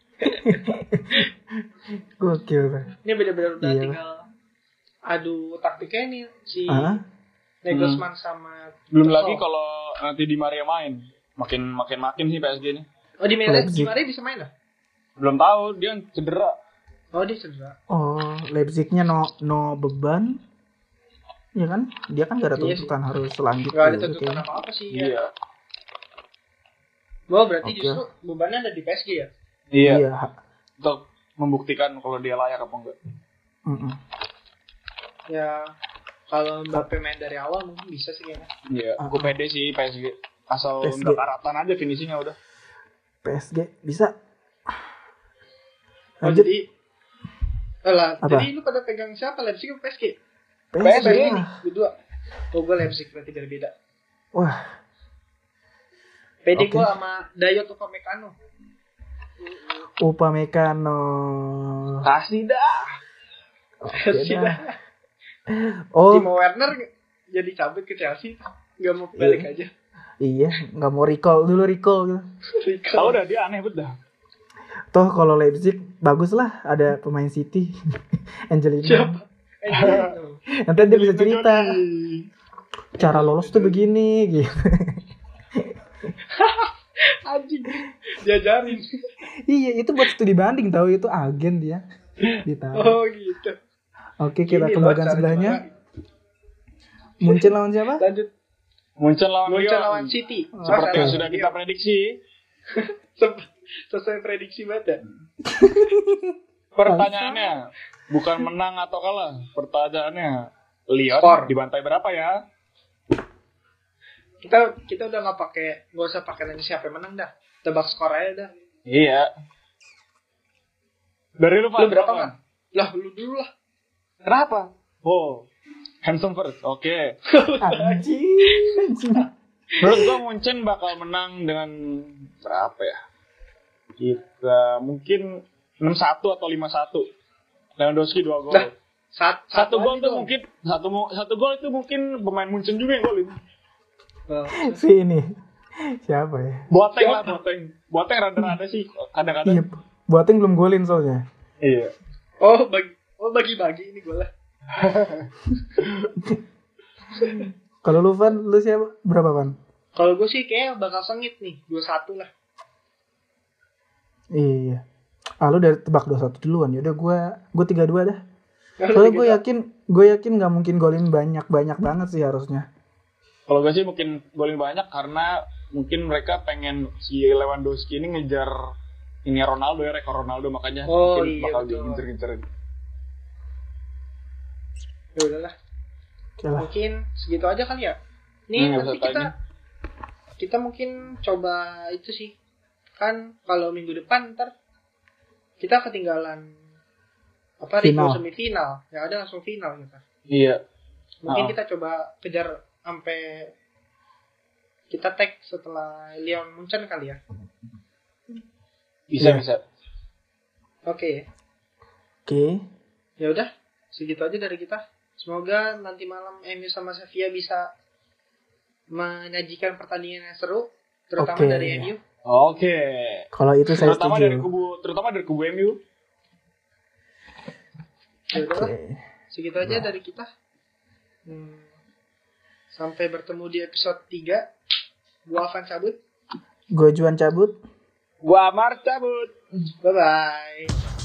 Gokil. Ini benar-benar udah Iya. tinggal adu taktiknya nih si Nagelsmann sama Belum Tuchel. lagi kalau nanti Di Maria main, makin sih PSG ini. Oh di Leipzig. Maria bisa main lah? Belum tahu dia cedera. Oh dia cedera. Oh, Leipzignya no beban. Iya kan? Dia kan gak ada Iya tuntutan harus lanjut. Gak ada gitu, tuntutan kayaknya. apa-apa sih. Iya. Ya. Wah berarti Oke. justru bebannya ada di PSG ya? Iya. Iya. Untuk membuktikan kalau dia layak apa enggak. Mm-mm. Ya kalau Mbappe main dari awal mungkin bisa sih kayaknya. Iya. Gue pede sih PSG. Asal PSG. nggak karatan aja finishingnya udah. PSG bisa. Oh Lanjut. jadi jadi lu pada pegang siapa? Leipzig atau PSG? PSG nih, lah. berdua. Oh gue Leipzig berarti beda. Wah, PD Oke. gue sama Dayot Upamecano. Upamecano. Kasih dah. Oke Kasih dah. dah. Oh, Timo Werner jadi cabut ke Chelsea. Gak mau balik aja. iya, nggak mau recall gitu. Tahu dah dia aneh banget dah. Toh kalau Leipzig bagus lah, ada pemain City, Angelino. Siapa? Nanti dia bisa cerita cara lolos tuh begini gitu. Anjing. Diajarin. Iya, itu buat studi banding tahu, itu agen dia. Ditaruh. Oh gitu. Oke, kita Gini ke loh bagian cara sebelahnya. juara. Munchen lawan siapa? Lanjut. Munchen lawan Munchen Lyon. lawan City. Seperti yang Oke. sudah kita prediksi. Sesuai prediksi banget ya. Pertanyaannya bukan menang atau kalah. Pertanyaannya Lyon Skor. dibantai berapa ya? Kita udah nggak usah pakai nanya siapa yang menang dah. Tebak skor aja dah. Iya. Dari lu Lu berapa kan? Lah lu dulu lah. Kenapa? Oh. Handsome first. Oke. Anjing. Menurut gua Munchen bakal menang dengan berapa ya? Kita mungkin 6-1 atau 5-1. Lewandowski 2 gol. Nah, Satu gol aja tuh dong. mungkin satu gol itu mungkin pemain Munchen juga yang golin. Si ini. Siapa ya? Boateng lah, Boateng rada-rada sih Iya, kadang-kadang. Boateng belum golin soalnya. Iya. Bagi-bagi ini gue lah. Kalau lu Van, lu siapa? Berapa Van? Kalau gue sih kayak bakal sengit nih, 2-1 lah. Iya. Lu dari tebak 2-1 duluan. Yaudah gue 3-2 dah. Soalnya gue yakin nggak mungkin golin banyak banget sih harusnya. Kalau gue sih mungkin golin banyak karena mungkin mereka pengen si Lewandowski ini ngejar ini Ronaldo ya, rekor Ronaldo, makanya mungkin bakal diincer-incerin. Ya udahlah. Mungkin segitu aja kali ya. Nih nanti kita mungkin coba itu sih. Kan kalau minggu depan ntar kita ketinggalan review semifinal. Ya ada langsung final kita. Iya. Mungkin kita coba kejar sampai kita tag setelah Lyon Munchen kali ya. Bisa. Oke. Ya udah, segitu aja dari kita. Semoga nanti malam MU sama Sevilla bisa menyajikan pertandingan yang seru, terutama dari MU. Oke. Kalau itu saya setuju. Terutama dari kubu MU. Ya udah, segitu aja dari kita. Sampai bertemu di episode 3. Gua Avan cabut. Gua Juan cabut. Gua Amar cabut. Bye-bye.